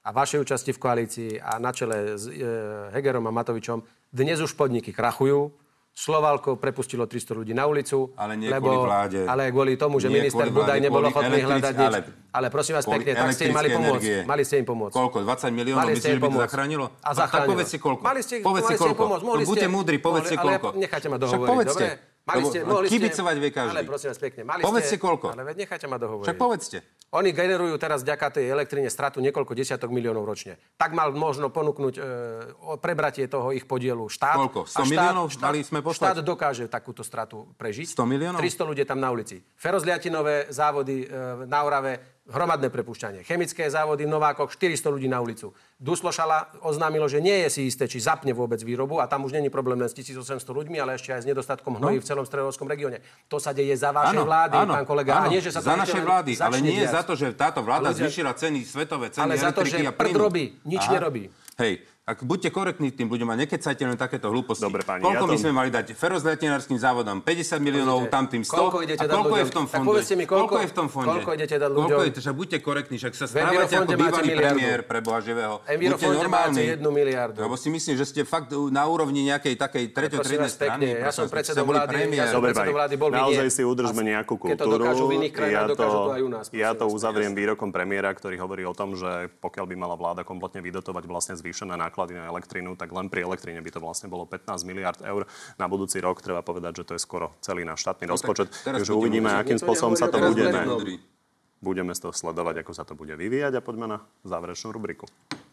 a vašej účasti v koalícii a na čele s Hegerom a Matovičom dnes už podniky krachujú. Slovalko prepustilo 300 ľudí na ulicu. Ale nie kvôli vláde. Ale kvôli tomu, že minister Budaj nebol ochotný hľadať nič. Ale prosím vás pekne, tak ste im mali pomôcť. Mali ste im pomôcť. Koľko? 20 miliónov? Myslíš, že by to zachránilo? A zachránilo. Tak povedz si koľko. Mali ste koľko. pomôcť. Buďte múdri, povedz si koľko. Ale nechajte ma dohovoriť, povedzte. dobre? Mohli ste, kibicovať vie každý. Ale prosím vás pekne. Povedzte koľko. Ale veď nechajte ma dohovoriť. Však povedzte. Oni generujú teraz vďaka tej elektrine stratu niekoľko desiatok miliónov ročne. Tak mal možno ponúknuť prebratie toho ich podielu štát. Koľko? 100 miliónov mali sme poslať? Štát dokáže takúto stratu prežiť. 100 miliónov? 300 ľudí tam na ulici. Ferozliatinové závody na Orave, hromadné prepušťanie. Chemické závody v Novákoch, 400 ľudí na ulicu. Duslošala oznámilo, že nie je si isté, či zapne vôbec výrobu a tam už není problém len s 1800 ľuďmi, ale ešte aj s nedostatkom hnojí v celom stredoeurópskom regióne. To sa deje za vašej vlády, pán kolega. Áno, a nie, že sa to za našej vlády, ale nie diať. Za to, že táto vláda zvýšila ceny, svetové ceny ale elektriky a plynu. Ale za to, že prd robí, nič nerobí. Hej, ak buďte korektní tým ľuďom a nekecajte len takéto hlúposti. Dobre, páni, koľko my sme mali dať ferozliatinárskym závodom? 50 miliónov, tamtým 100. Koľko idete dať ľuďom? Koľko je v tom fonde? Tak povedzte mi, koľko je v tom fonde? Koľko idete dať ľuďom? Však buďte korektní, však sa správate ako bývalý premiér pre Boha živého. Buďte normálni. 1 miliardu. Lebo si myslím, že ste fakt na úrovni nejakej takej treťotriednej strany. Ja som predsedom vlády, bol naozaj si udržme nejakú kultúru. Keď to dokážu v iných krajinách, dokážu to aj u nás. Ja to uzavriem výrokom premiéra, ktorý hovorí o tom, že pokiaľ by mala vláda kompletne vydotovať vlastne zvýšené náklady na elektrínu, tak len pri elektrine by to vlastne bolo 15 miliard eur na budúci rok. Treba povedať, že to je skoro celý náš štátny rozpočet. Takže uvidíme, akým spôsobom sa to budeme z toho sledovať, ako sa to bude vyvíjať a poďme na záverečnú rubriku.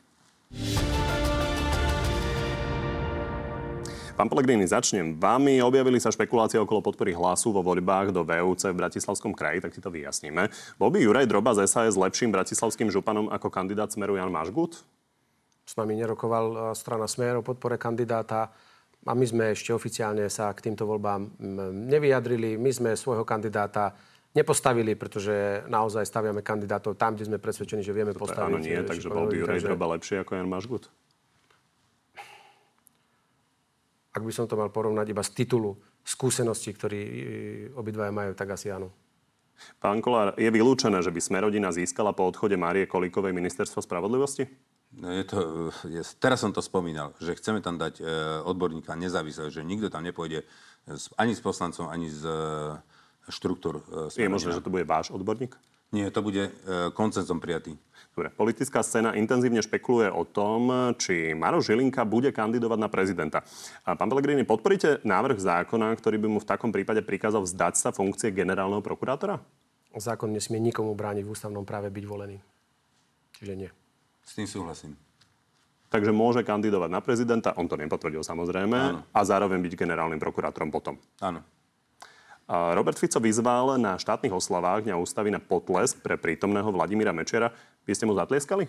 Pán Pellegrini, začnem vami. Objavili sa špekulácie okolo podpory Hlasu vo voľbách do VUC v Bratislavskom kraji, tak si to vyjasníme. Bol by Juraj Droba z SAS lepším bratislavským županom ako kandidát Smeru Jan Mažgut? S nami nerokoval strana Smer o podpore kandidáta a my sme ešte oficiálne sa k týmto voľbám nevyjadrili. My sme svojho kandidáta nepostavili, pretože naozaj staviame kandidátov tam, kde sme presvedčení, že vieme postaviť. Áno, nie, takže bol by Juraj Droba lepšie ako Jan Mažgut? Ak by som to mal porovnať iba z titulu skúseností, ktorí obidvaja majú, tak asi áno. Pán Kollár, je vylúčené, že by Smer-rodina získala po odchode Márie Kolíkovej ministerstvo spravodlivosti? No teraz som to spomínal, že chceme tam dať odborníka nezávislého, že nikto tam nepôjde ani s poslancom, ani z štruktúr. Je možné, že to bude váš odborník? Nie, to bude koncenzom prijatý. Dobre, politická scéna intenzívne špekuluje o tom, či Maroš Žilinka bude kandidovať na prezidenta. A pán Pellegrini, podporíte návrh zákona, ktorý by mu v takom prípade prikázal vzdať sa funkcie generálneho prokurátora? Zákon nesmie nikomu brániť v ústavnom práve byť volený. Čiže nie. S tým súhlasím. Takže môže kandidovať na prezidenta, on to nepotvrdil samozrejme, áno. A zároveň byť generálnym prokurátorom potom. Áno. Robert Fico vyzval na štátnych oslavách Dňa ústavy na potlesk pre prítomného Vladimíra Mečiara. Vy ste mu zatlieskali?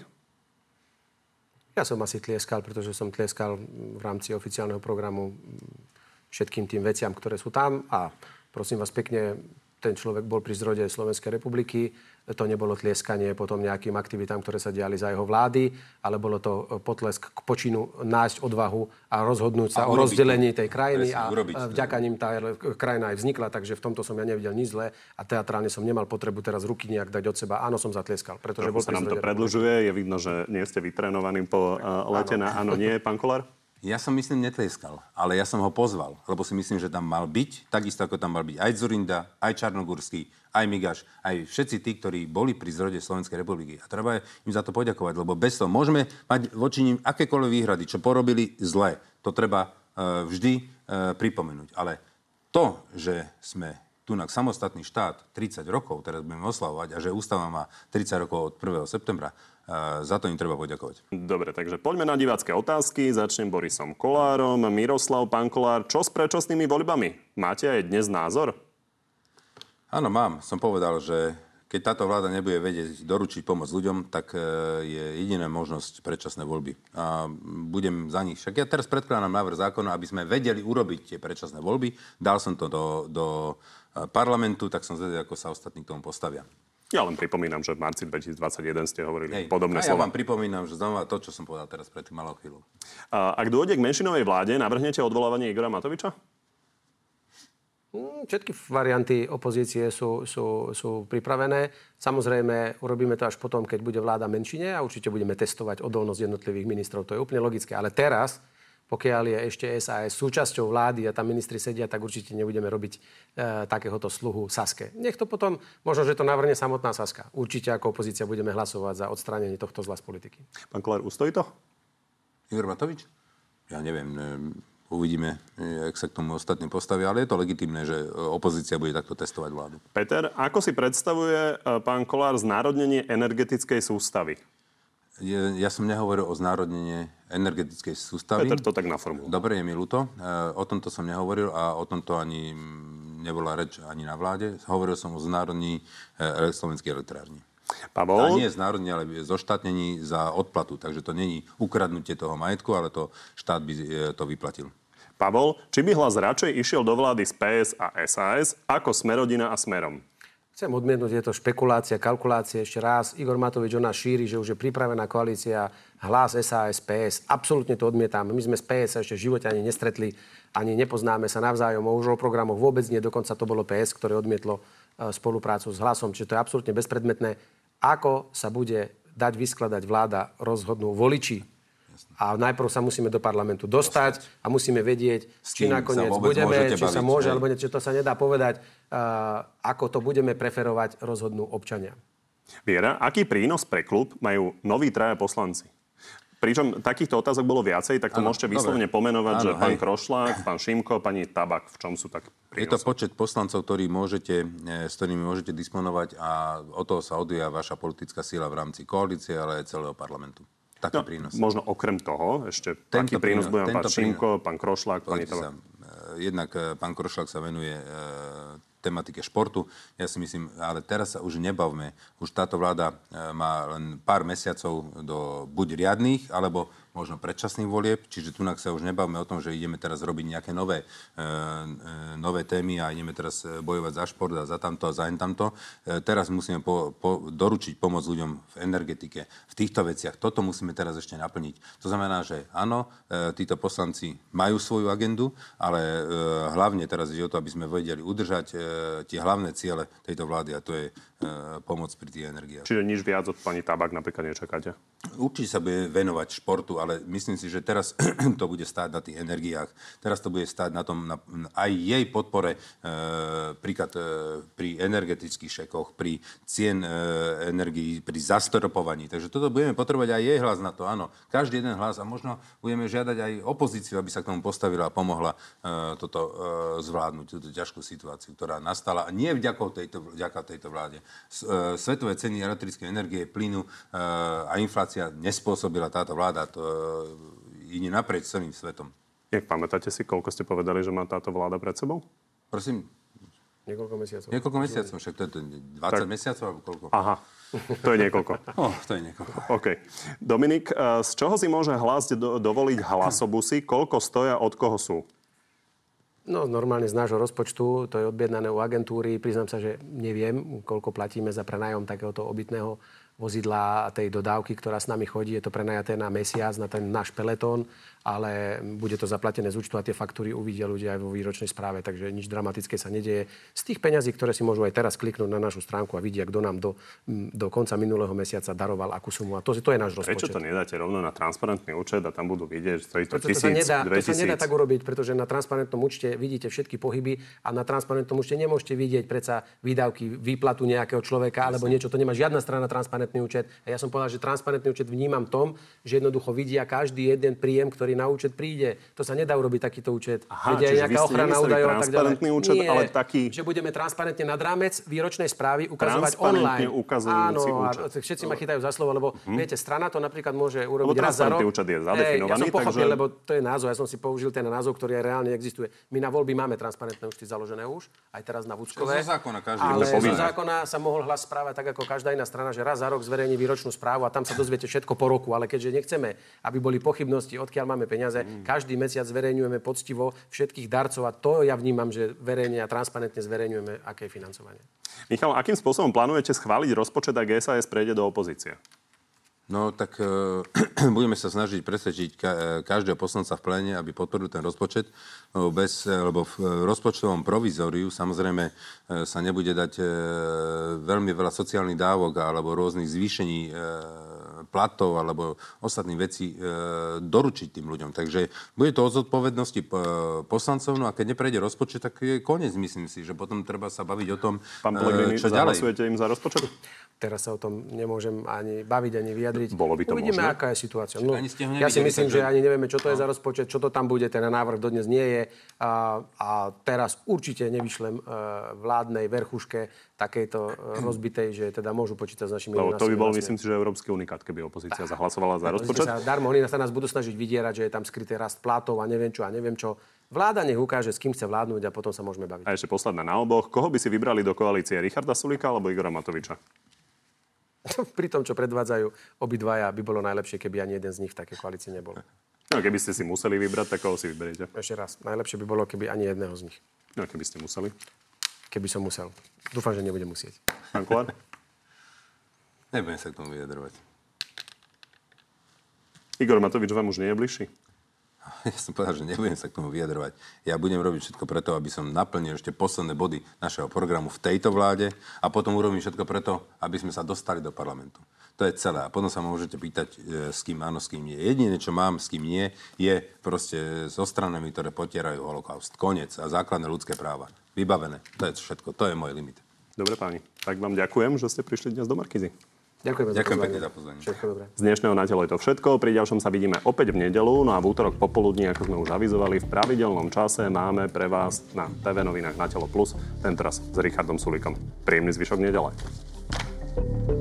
Ja som asi tlieskal, pretože som tlieskal v rámci oficiálneho programu všetkým tým veciam, ktoré sú tam. A prosím vás pekne, ten človek bol pri zrode Slovenskej republiky. To nebolo tlieskanie potom nejakým aktivitám, ktoré sa diali za jeho vlády, ale bolo to potlesk k počinu nájsť odvahu a rozhodnúť sa o rozdelení tej krajiny a vďaka ním tá krajina aj vznikla, takže v tomto som ja nevidel nič zlé a teatrálne som nemal potrebu teraz ruky nejak dať od seba. Áno, som zatlieskal, pretože bol sa nám to predĺžuje, je vidno, že nie ste vytrénovaní po lete na áno, nie, pán Kollár? Ja som, myslím, netlieskal, ale ja som ho pozval, lebo si myslím, že tam mal byť, takisto ako tam mal byť aj Dzurinda, aj Čarnogurský, aj Migaš, aj všetci tí, ktorí boli pri zrode Slovenskej republiky. A treba im za to poďakovať, lebo bez toho môžeme mať voči nim akékoľvek výhrady, čo porobili zle. To treba vždy pripomenúť. Ale to, že sme tu na samostatný štát 30 rokov, teraz budeme oslavovať, a že ústava má 30 rokov od 1. septembra, za to im treba poďakovať. Dobre, takže poďme na divácké otázky. Začnem Borisom Kollárom. Miroslav, pán Kollár, čo s predčasnými voľbami? Máte aj dnes názor? Áno, mám. Som povedal, že keď táto vláda nebude vedieť doručiť pomoc ľuďom, tak je jediná možnosť predčasné voľby. A budem za nich. Však ja teraz predkladám návrh zákona, aby sme vedeli urobiť tie predčasné voľby. Dal som to do parlamentu, tak som zvedel, ako sa ostatní k tomu postavia. Ja len pripomínam, že v marci 2021 ste hovorili podobné slova. Ja vám pripomínam, že znova to, čo som povedal teraz pred tým malou chvíľou. Ak dôjde k menšinovej vláde, navrhnete odvolávanie Igora Matoviča? Všetky varianty opozície sú pripravené. Samozrejme, urobíme to až potom, keď bude vláda menšine a určite budeme testovať odolnosť jednotlivých ministrov. To je úplne logické. Ale teraz, pokiaľ je ešte SAS súčasťou vlády a tam ministri sedia, tak určite nebudeme robiť takéhoto sluhu Saske. Nech to potom, možno, že to navrhne samotná Saska. Určite ako opozícia budeme hlasovať za odstránenie tohto zla z politiky. Pán Kollár, ustojí to? Igor Matovič? Ja neviem. Uvidíme, jak sa k tomu ostatní postavia, ale je to legitímne, že opozícia bude takto testovať vládu. Peter, ako si predstavuje pán Kollár znárodnenie energetickej sústavy? Ja som nehovoril o znárodnení energetickej sústavy. Peter to tak naformuloval. Dobre, je mi ľúto. O tomto som nehovoril a o tomto ani nebola reč ani na vláde. Hovoril som o znárodnení slovenskej elektrárni. Pavol? A nie znárodnení, ale zoštátnení za odplatu. Takže to není ukradnutie toho majetku, ale to štát by to vyplatil. Pavol, či by Hlas radšej išiel do vlády s PS a SAS ako Smerodina a Smerom? Chcem odmietnúť, je to špekulácia, kalkulácie. Ešte raz, Igor Matovič o nás šíri, že už je pripravená koalícia Hlas, SAS, PS. Absolútne to odmietam. My sme s PS sa ešte v živote ani nestretli, ani nepoznáme sa navzájom. Už o programoch vôbec nie, dokonca to bolo PS, ktoré odmietlo spoluprácu s Hlasom. Čiže to je absolútne bezpredmetné. Ako sa bude dať vyskladať vláda, rozhodnú voliči. A najprv sa musíme do parlamentu dostať a musíme vedieť, či nakoniec budeme, či sa môže, alebo niečo, to sa nedá povedať. Ako to budeme preferovať, rozhodnú občania. Viera, aký prínos pre klub majú noví traja poslanci? Pričom takýchto otázok bolo viacej, tak to môžete vyslovene pomenovať, že pán Krošlák, pán Šimko, pani Tabak, v čom sú tak prínosom? Je to počet poslancov, s ktorými môžete disponovať a od toho sa odvíja vaša politická síla v rámci koalície, ale aj celého parlamentu. Taký prínos. Možno okrem toho, ešte taký prínos bude pán Šimko, pán Krošlák, pani Tabak. Jednak pán Krošlák sa venuje tematike športu. Ja si myslím, ale teraz sa už nebavme. Už táto vláda má len pár mesiacov do buď riadnych, alebo možno predčasných volieb, čiže tunak sa už nebavme o tom, že ideme teraz robiť nejaké nové témy a ideme teraz bojovať za šport a za tamto a za tamto. Teraz musíme doručiť pomoc ľuďom v energetike, v týchto veciach. Toto musíme teraz ešte naplniť. To znamená, že áno, títo poslanci majú svoju agendu, ale hlavne teraz ide o to, aby sme vedeli udržať tie hlavné ciele tejto vlády a to je pomoc pri tých energiách. Čiže nič viac od pani Tabak napríklad nečakáte? Určite sa bude venovať športu, ale myslím si, že teraz to bude stáť na tých energiách. Teraz to bude stáť na tom, aj jej podpore, príklad pri energetických šekoch, pri cien energií, pri zastropovaní. Takže toto budeme potrebovať aj jej hlas na to, áno. Každý jeden hlas a možno budeme žiadať aj opozíciu, aby sa k tomu postavila a pomohla toto zvládnuť, túto ťažkú situáciu, ktorá nastala. A nie vďaka tejto vláde. Svetové ceny elektrickej energie, plynu a inflácia nespôsobila táto vláda. To ide naprieč celým svetom. Jak pamätáte si, koľko ste povedali, že má táto vláda pred sebou? Prosím. Niekoľko mesiacov. Niekoľko mesiacov, však to je 20 mesiacov alebo koľko? Aha, to je niekoľko. To je niekoľko. OK. Dominik, z čoho si môže Hlas dovoliť hlasobusy? Koľko stoja, od koho sú? No, normálne z nášho rozpočtu, to je odbiednané u agentúry. Priznám sa, že neviem, koľko platíme za prenájom takéhoto obytného vozidla a tej dodávky, ktorá s nami chodí. Je to prenajaté na mesiac, na ten náš peletón, ale bude to zaplatené z účtu a tie faktúry uvidia ľudia aj vo výročnej správe, takže nič dramatické sa nedieje. Z tých peňazí, ktoré si môžu aj teraz kliknúť na našu stránku a vidia, kto nám do konca minulého mesiaca daroval akú sumu. A to je náš rozpočet. Prečo to nedáte rovno na transparentný účet a tam budú vidieť, že stojí to 1000, 2000? To sa nedá tak urobiť, pretože na transparentnom účte vidíte všetky pohyby a na transparentnom účte nemôžete vidieť predsa výdavky, výplatu nejakého človeka alebo niečo. To nemá žiadna strana transparentný účet. A ja som povedal, že transparentný účet vnímam tom, že jednoducho vidia každý jeden príjem, ktorý na účet príde. To sa nedá urobiť takýto účet. Aha, čiže vy ste nemysleli transparentný účet, nie, ale taký... že budeme transparentne nad rámec výročnej správy ukazovať online. Áno, a všetci ma chytajú za slovo, lebo viete, strana to napríklad môže urobiť raz za rok. Transparentný účet je zadefinovaný, ja som pochopil, lebo to je názov. Ja som si použil ten názov, ktorý reálne existuje. My na voľby máme transparentné účty založené už, aj teraz na Vúckové. Ale zo zákona sa mohol Hlas správať tak ako každá iná strana, že raz za rok zverejní výročnú správu a tam sa dozviete všetko po roku, ale keďže nechceme, aby boli pochybnosti, odkiaľ máme peniaze, každý mesiac zverejňujeme poctivo všetkých darcov a to ja vnímam, že verejne a transparentne zverejňujeme, aké je financovanie. Michal, akým spôsobom plánujete schváliť rozpočet, ak SAS prejde do opozície? No tak budeme sa snažiť presvedčiť každého poslanca v pléne, aby podporil ten rozpočet, lebo v rozpočtovom provizóriu samozrejme sa nebude dať veľmi veľa sociálnych dávok alebo rôznych zvýšení platov alebo ostatných vecí doručiť tým ľuďom. Takže bude to od zodpovednosti poslancov, no a keď neprejde rozpočet, tak je koniec, myslím si, že potom treba sa baviť o tom, Pán Pellegrini, čo ďalej. zahlasujete im za rozpočet? Teraz sa o tom nemôžem ani baviť, ani vyjadriť. Bolo by to Uvidíme, možné? aká je situácia. No, Ani ste ho ja si nevideli, myslím, takže- že ani nevieme, čo to je za rozpočet, čo to tam bude. Ten návrh dodnes nie je. A teraz určite nevyšlem vládnej verchuške takejto rozbitej, že teda môžu počítať s našimi... Lebo to by bol, vlastne. myslím si, že európsky unikát, keby opozícia zahlasovala za rozpočet. Darmo, oni sa nás budú snažiť vydierať, že je tam skrytý rast platov a neviem čo. Vláda nech ukáže, s kým chce vládnuť a potom sa môžeme baviť. A ešte posledná na oboch. Koho by si vybrali do koalície? Richarda Sulíka alebo Igora Matoviča? Pri tom, čo predvádzajú obidvaja, by bolo najlepšie, keby ani jeden z nich v takej koalícii nebol. No, keby ste si museli vybrať, tak koho si vyberiete? Ešte raz, najlepšie by bolo, keby ani jedného z nich. No, keby ste museli. Keby som musel. Dúfam, že nebudem musieť. Pán Kollár? Nebudem sa k tomu vyjadrovať. Igor Matovič vám už nie je bližší? Ja som povedal, že nebudem sa k tomu vyjadrovať. Ja budem robiť všetko preto, aby som naplnil ešte posledné body našeho programu v tejto vláde a potom urobím všetko preto, aby sme sa dostali do parlamentu. To je celé. A potom sa môžete pýtať, s kým áno, s kým nie. Jediné, čo mám, s kým nie, je proste so stranami, ktoré potierajú holokaust. Koniec a základné ľudské práva. Vybavené. To je všetko. To je môj limit. Dobre, páni. Tak vám ďakujem, že ste prišli dnes do Markízy. Ďakujem Pekne za pozvanie. Všetko dobré. Z dnešného Na telo je to všetko. Pri ďalšom sa vidíme opäť v nedeľu, no a v útorok popoludní, ako sme už avizovali, v pravidelnom čase máme pre vás na TV novinách Na telo plus, tentoraz s Richardom Sulíkom. Príjemný zvyšok nedele.